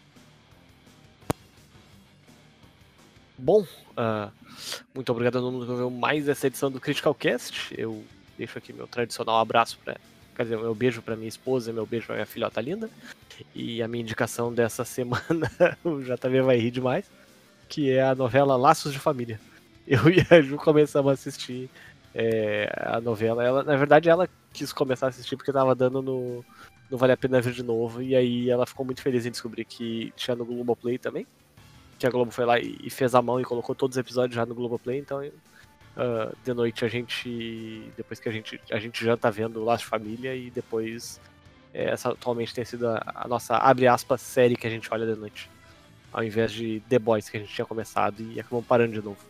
Bom, muito obrigado a todo mundo que ouviu mais essa edição do Critical Cast. Eu deixo aqui meu tradicional abraço quer dizer, meu beijo pra minha esposa e meu beijo pra minha filhota linda. E a minha indicação dessa semana, o JV vai rir demais, que é a novela Laços de Família. Eu e a Ju começamos a assistir a novela. Na verdade, ela quis começar a assistir porque tava dando no Vale a Pena Ver de Novo. E aí ela ficou muito feliz em descobrir que tinha no Globoplay também. Que a Globo foi lá e fez a mão e colocou todos os episódios já no Globoplay. Então, de noite depois que a gente já tá vendo Laços de Família e depois... essa atualmente tem sido a nossa, abre aspas, série que a gente olha de noite. Ao invés de The Boys, que a gente tinha começado e acabamos parando de novo.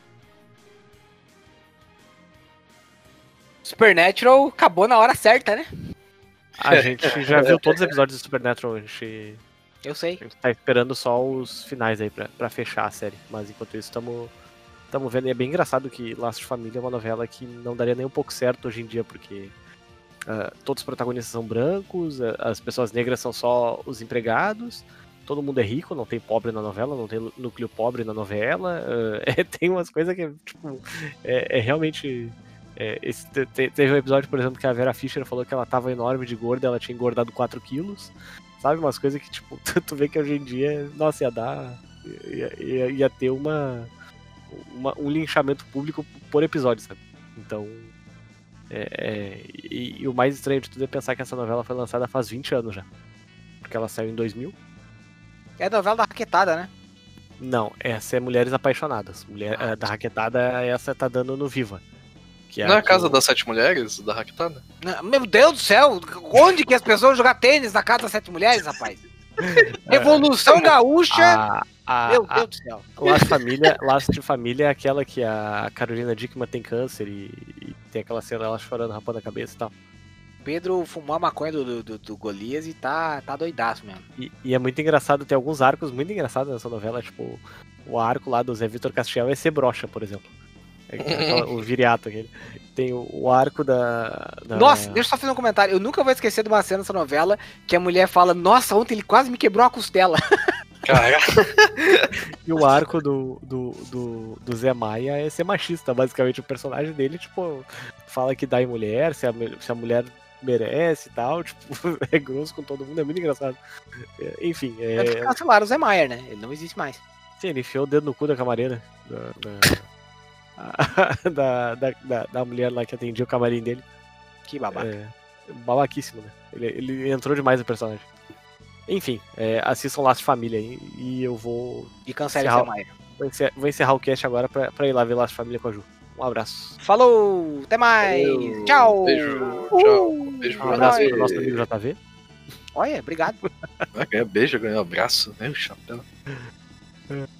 Supernatural acabou na hora certa, né? A gente já viu todos os episódios do Supernatural, Eu sei. a gente tá esperando só os finais aí pra fechar a série. Mas enquanto isso, estamos vendo. E é bem engraçado que Laços de Família é uma novela que não daria nem um pouco certo hoje em dia, porque... todos os protagonistas são brancos, as pessoas negras são só os empregados, todo mundo é rico, não tem pobre na novela, não tem núcleo pobre na novela, tem umas coisas que, tipo, realmente... teve um episódio, por exemplo, que a Vera Fischer falou que ela tava enorme de gorda, ela tinha engordado 4 quilos, sabe? Umas coisas que, tipo, tu vê que hoje em dia, nossa, ia ter um linchamento público por episódio, sabe? Então... E o mais estranho de tudo é pensar que essa novela foi lançada faz 20 anos já. Porque ela saiu em 2000. É a novela da Raquetada, né? Não, essa é Mulheres Apaixonadas. Da Raquetada, essa tá dando no Viva. Que Não é a Casa das 7 Mulheres, da Raquetada? Meu Deus do céu! Onde que as pessoas vão jogar tênis na Casa das 7 Mulheres, rapaz? Revolução Gaúcha! Meu Deus do céu! Laço de Família é aquela que a Carolina Dickman tem câncer e tem aquela cena ela chorando, rapando a cabeça e tal. Pedro fumou a maconha do Golias e tá doidaço mesmo. E é muito engraçado, tem alguns arcos muito engraçados nessa novela, tipo, o arco lá do Zé Vitor Castiel é ser broxa, por exemplo. O viriato aquele. Tem o arco da. Nossa, deixa eu só fazer um comentário. Eu nunca vou esquecer de uma cena dessa novela que a mulher fala, nossa, ontem ele quase me quebrou a costela. Caraca. E o arco do Zé Maia é ser machista, basicamente. O personagem dele, tipo, fala que dá em mulher, se a mulher merece e tal, tipo, é grosso com todo mundo, é muito engraçado. Enfim, Cancelaram o Zé Maier, né? Ele não existe mais. Sim, ele enfiou o dedo no cu da camareira. Da mulher lá que atendia o camarim dele. Que babaca. Babaquíssimo, né? Ele entrou demais no personagem. Enfim, assistam Laço de Família aí e eu vou. E cancele o Zé Maier. Vou encerrar o cast agora pra ir lá ver Laço de Família com a Ju. Um abraço. Falou! Até mais! Tchau! Beijo. Tchau. Beijo Um pra abraço você. pro nosso amigo JV. Olha, obrigado. Beijo, ganhou abraço. Né, chapéu.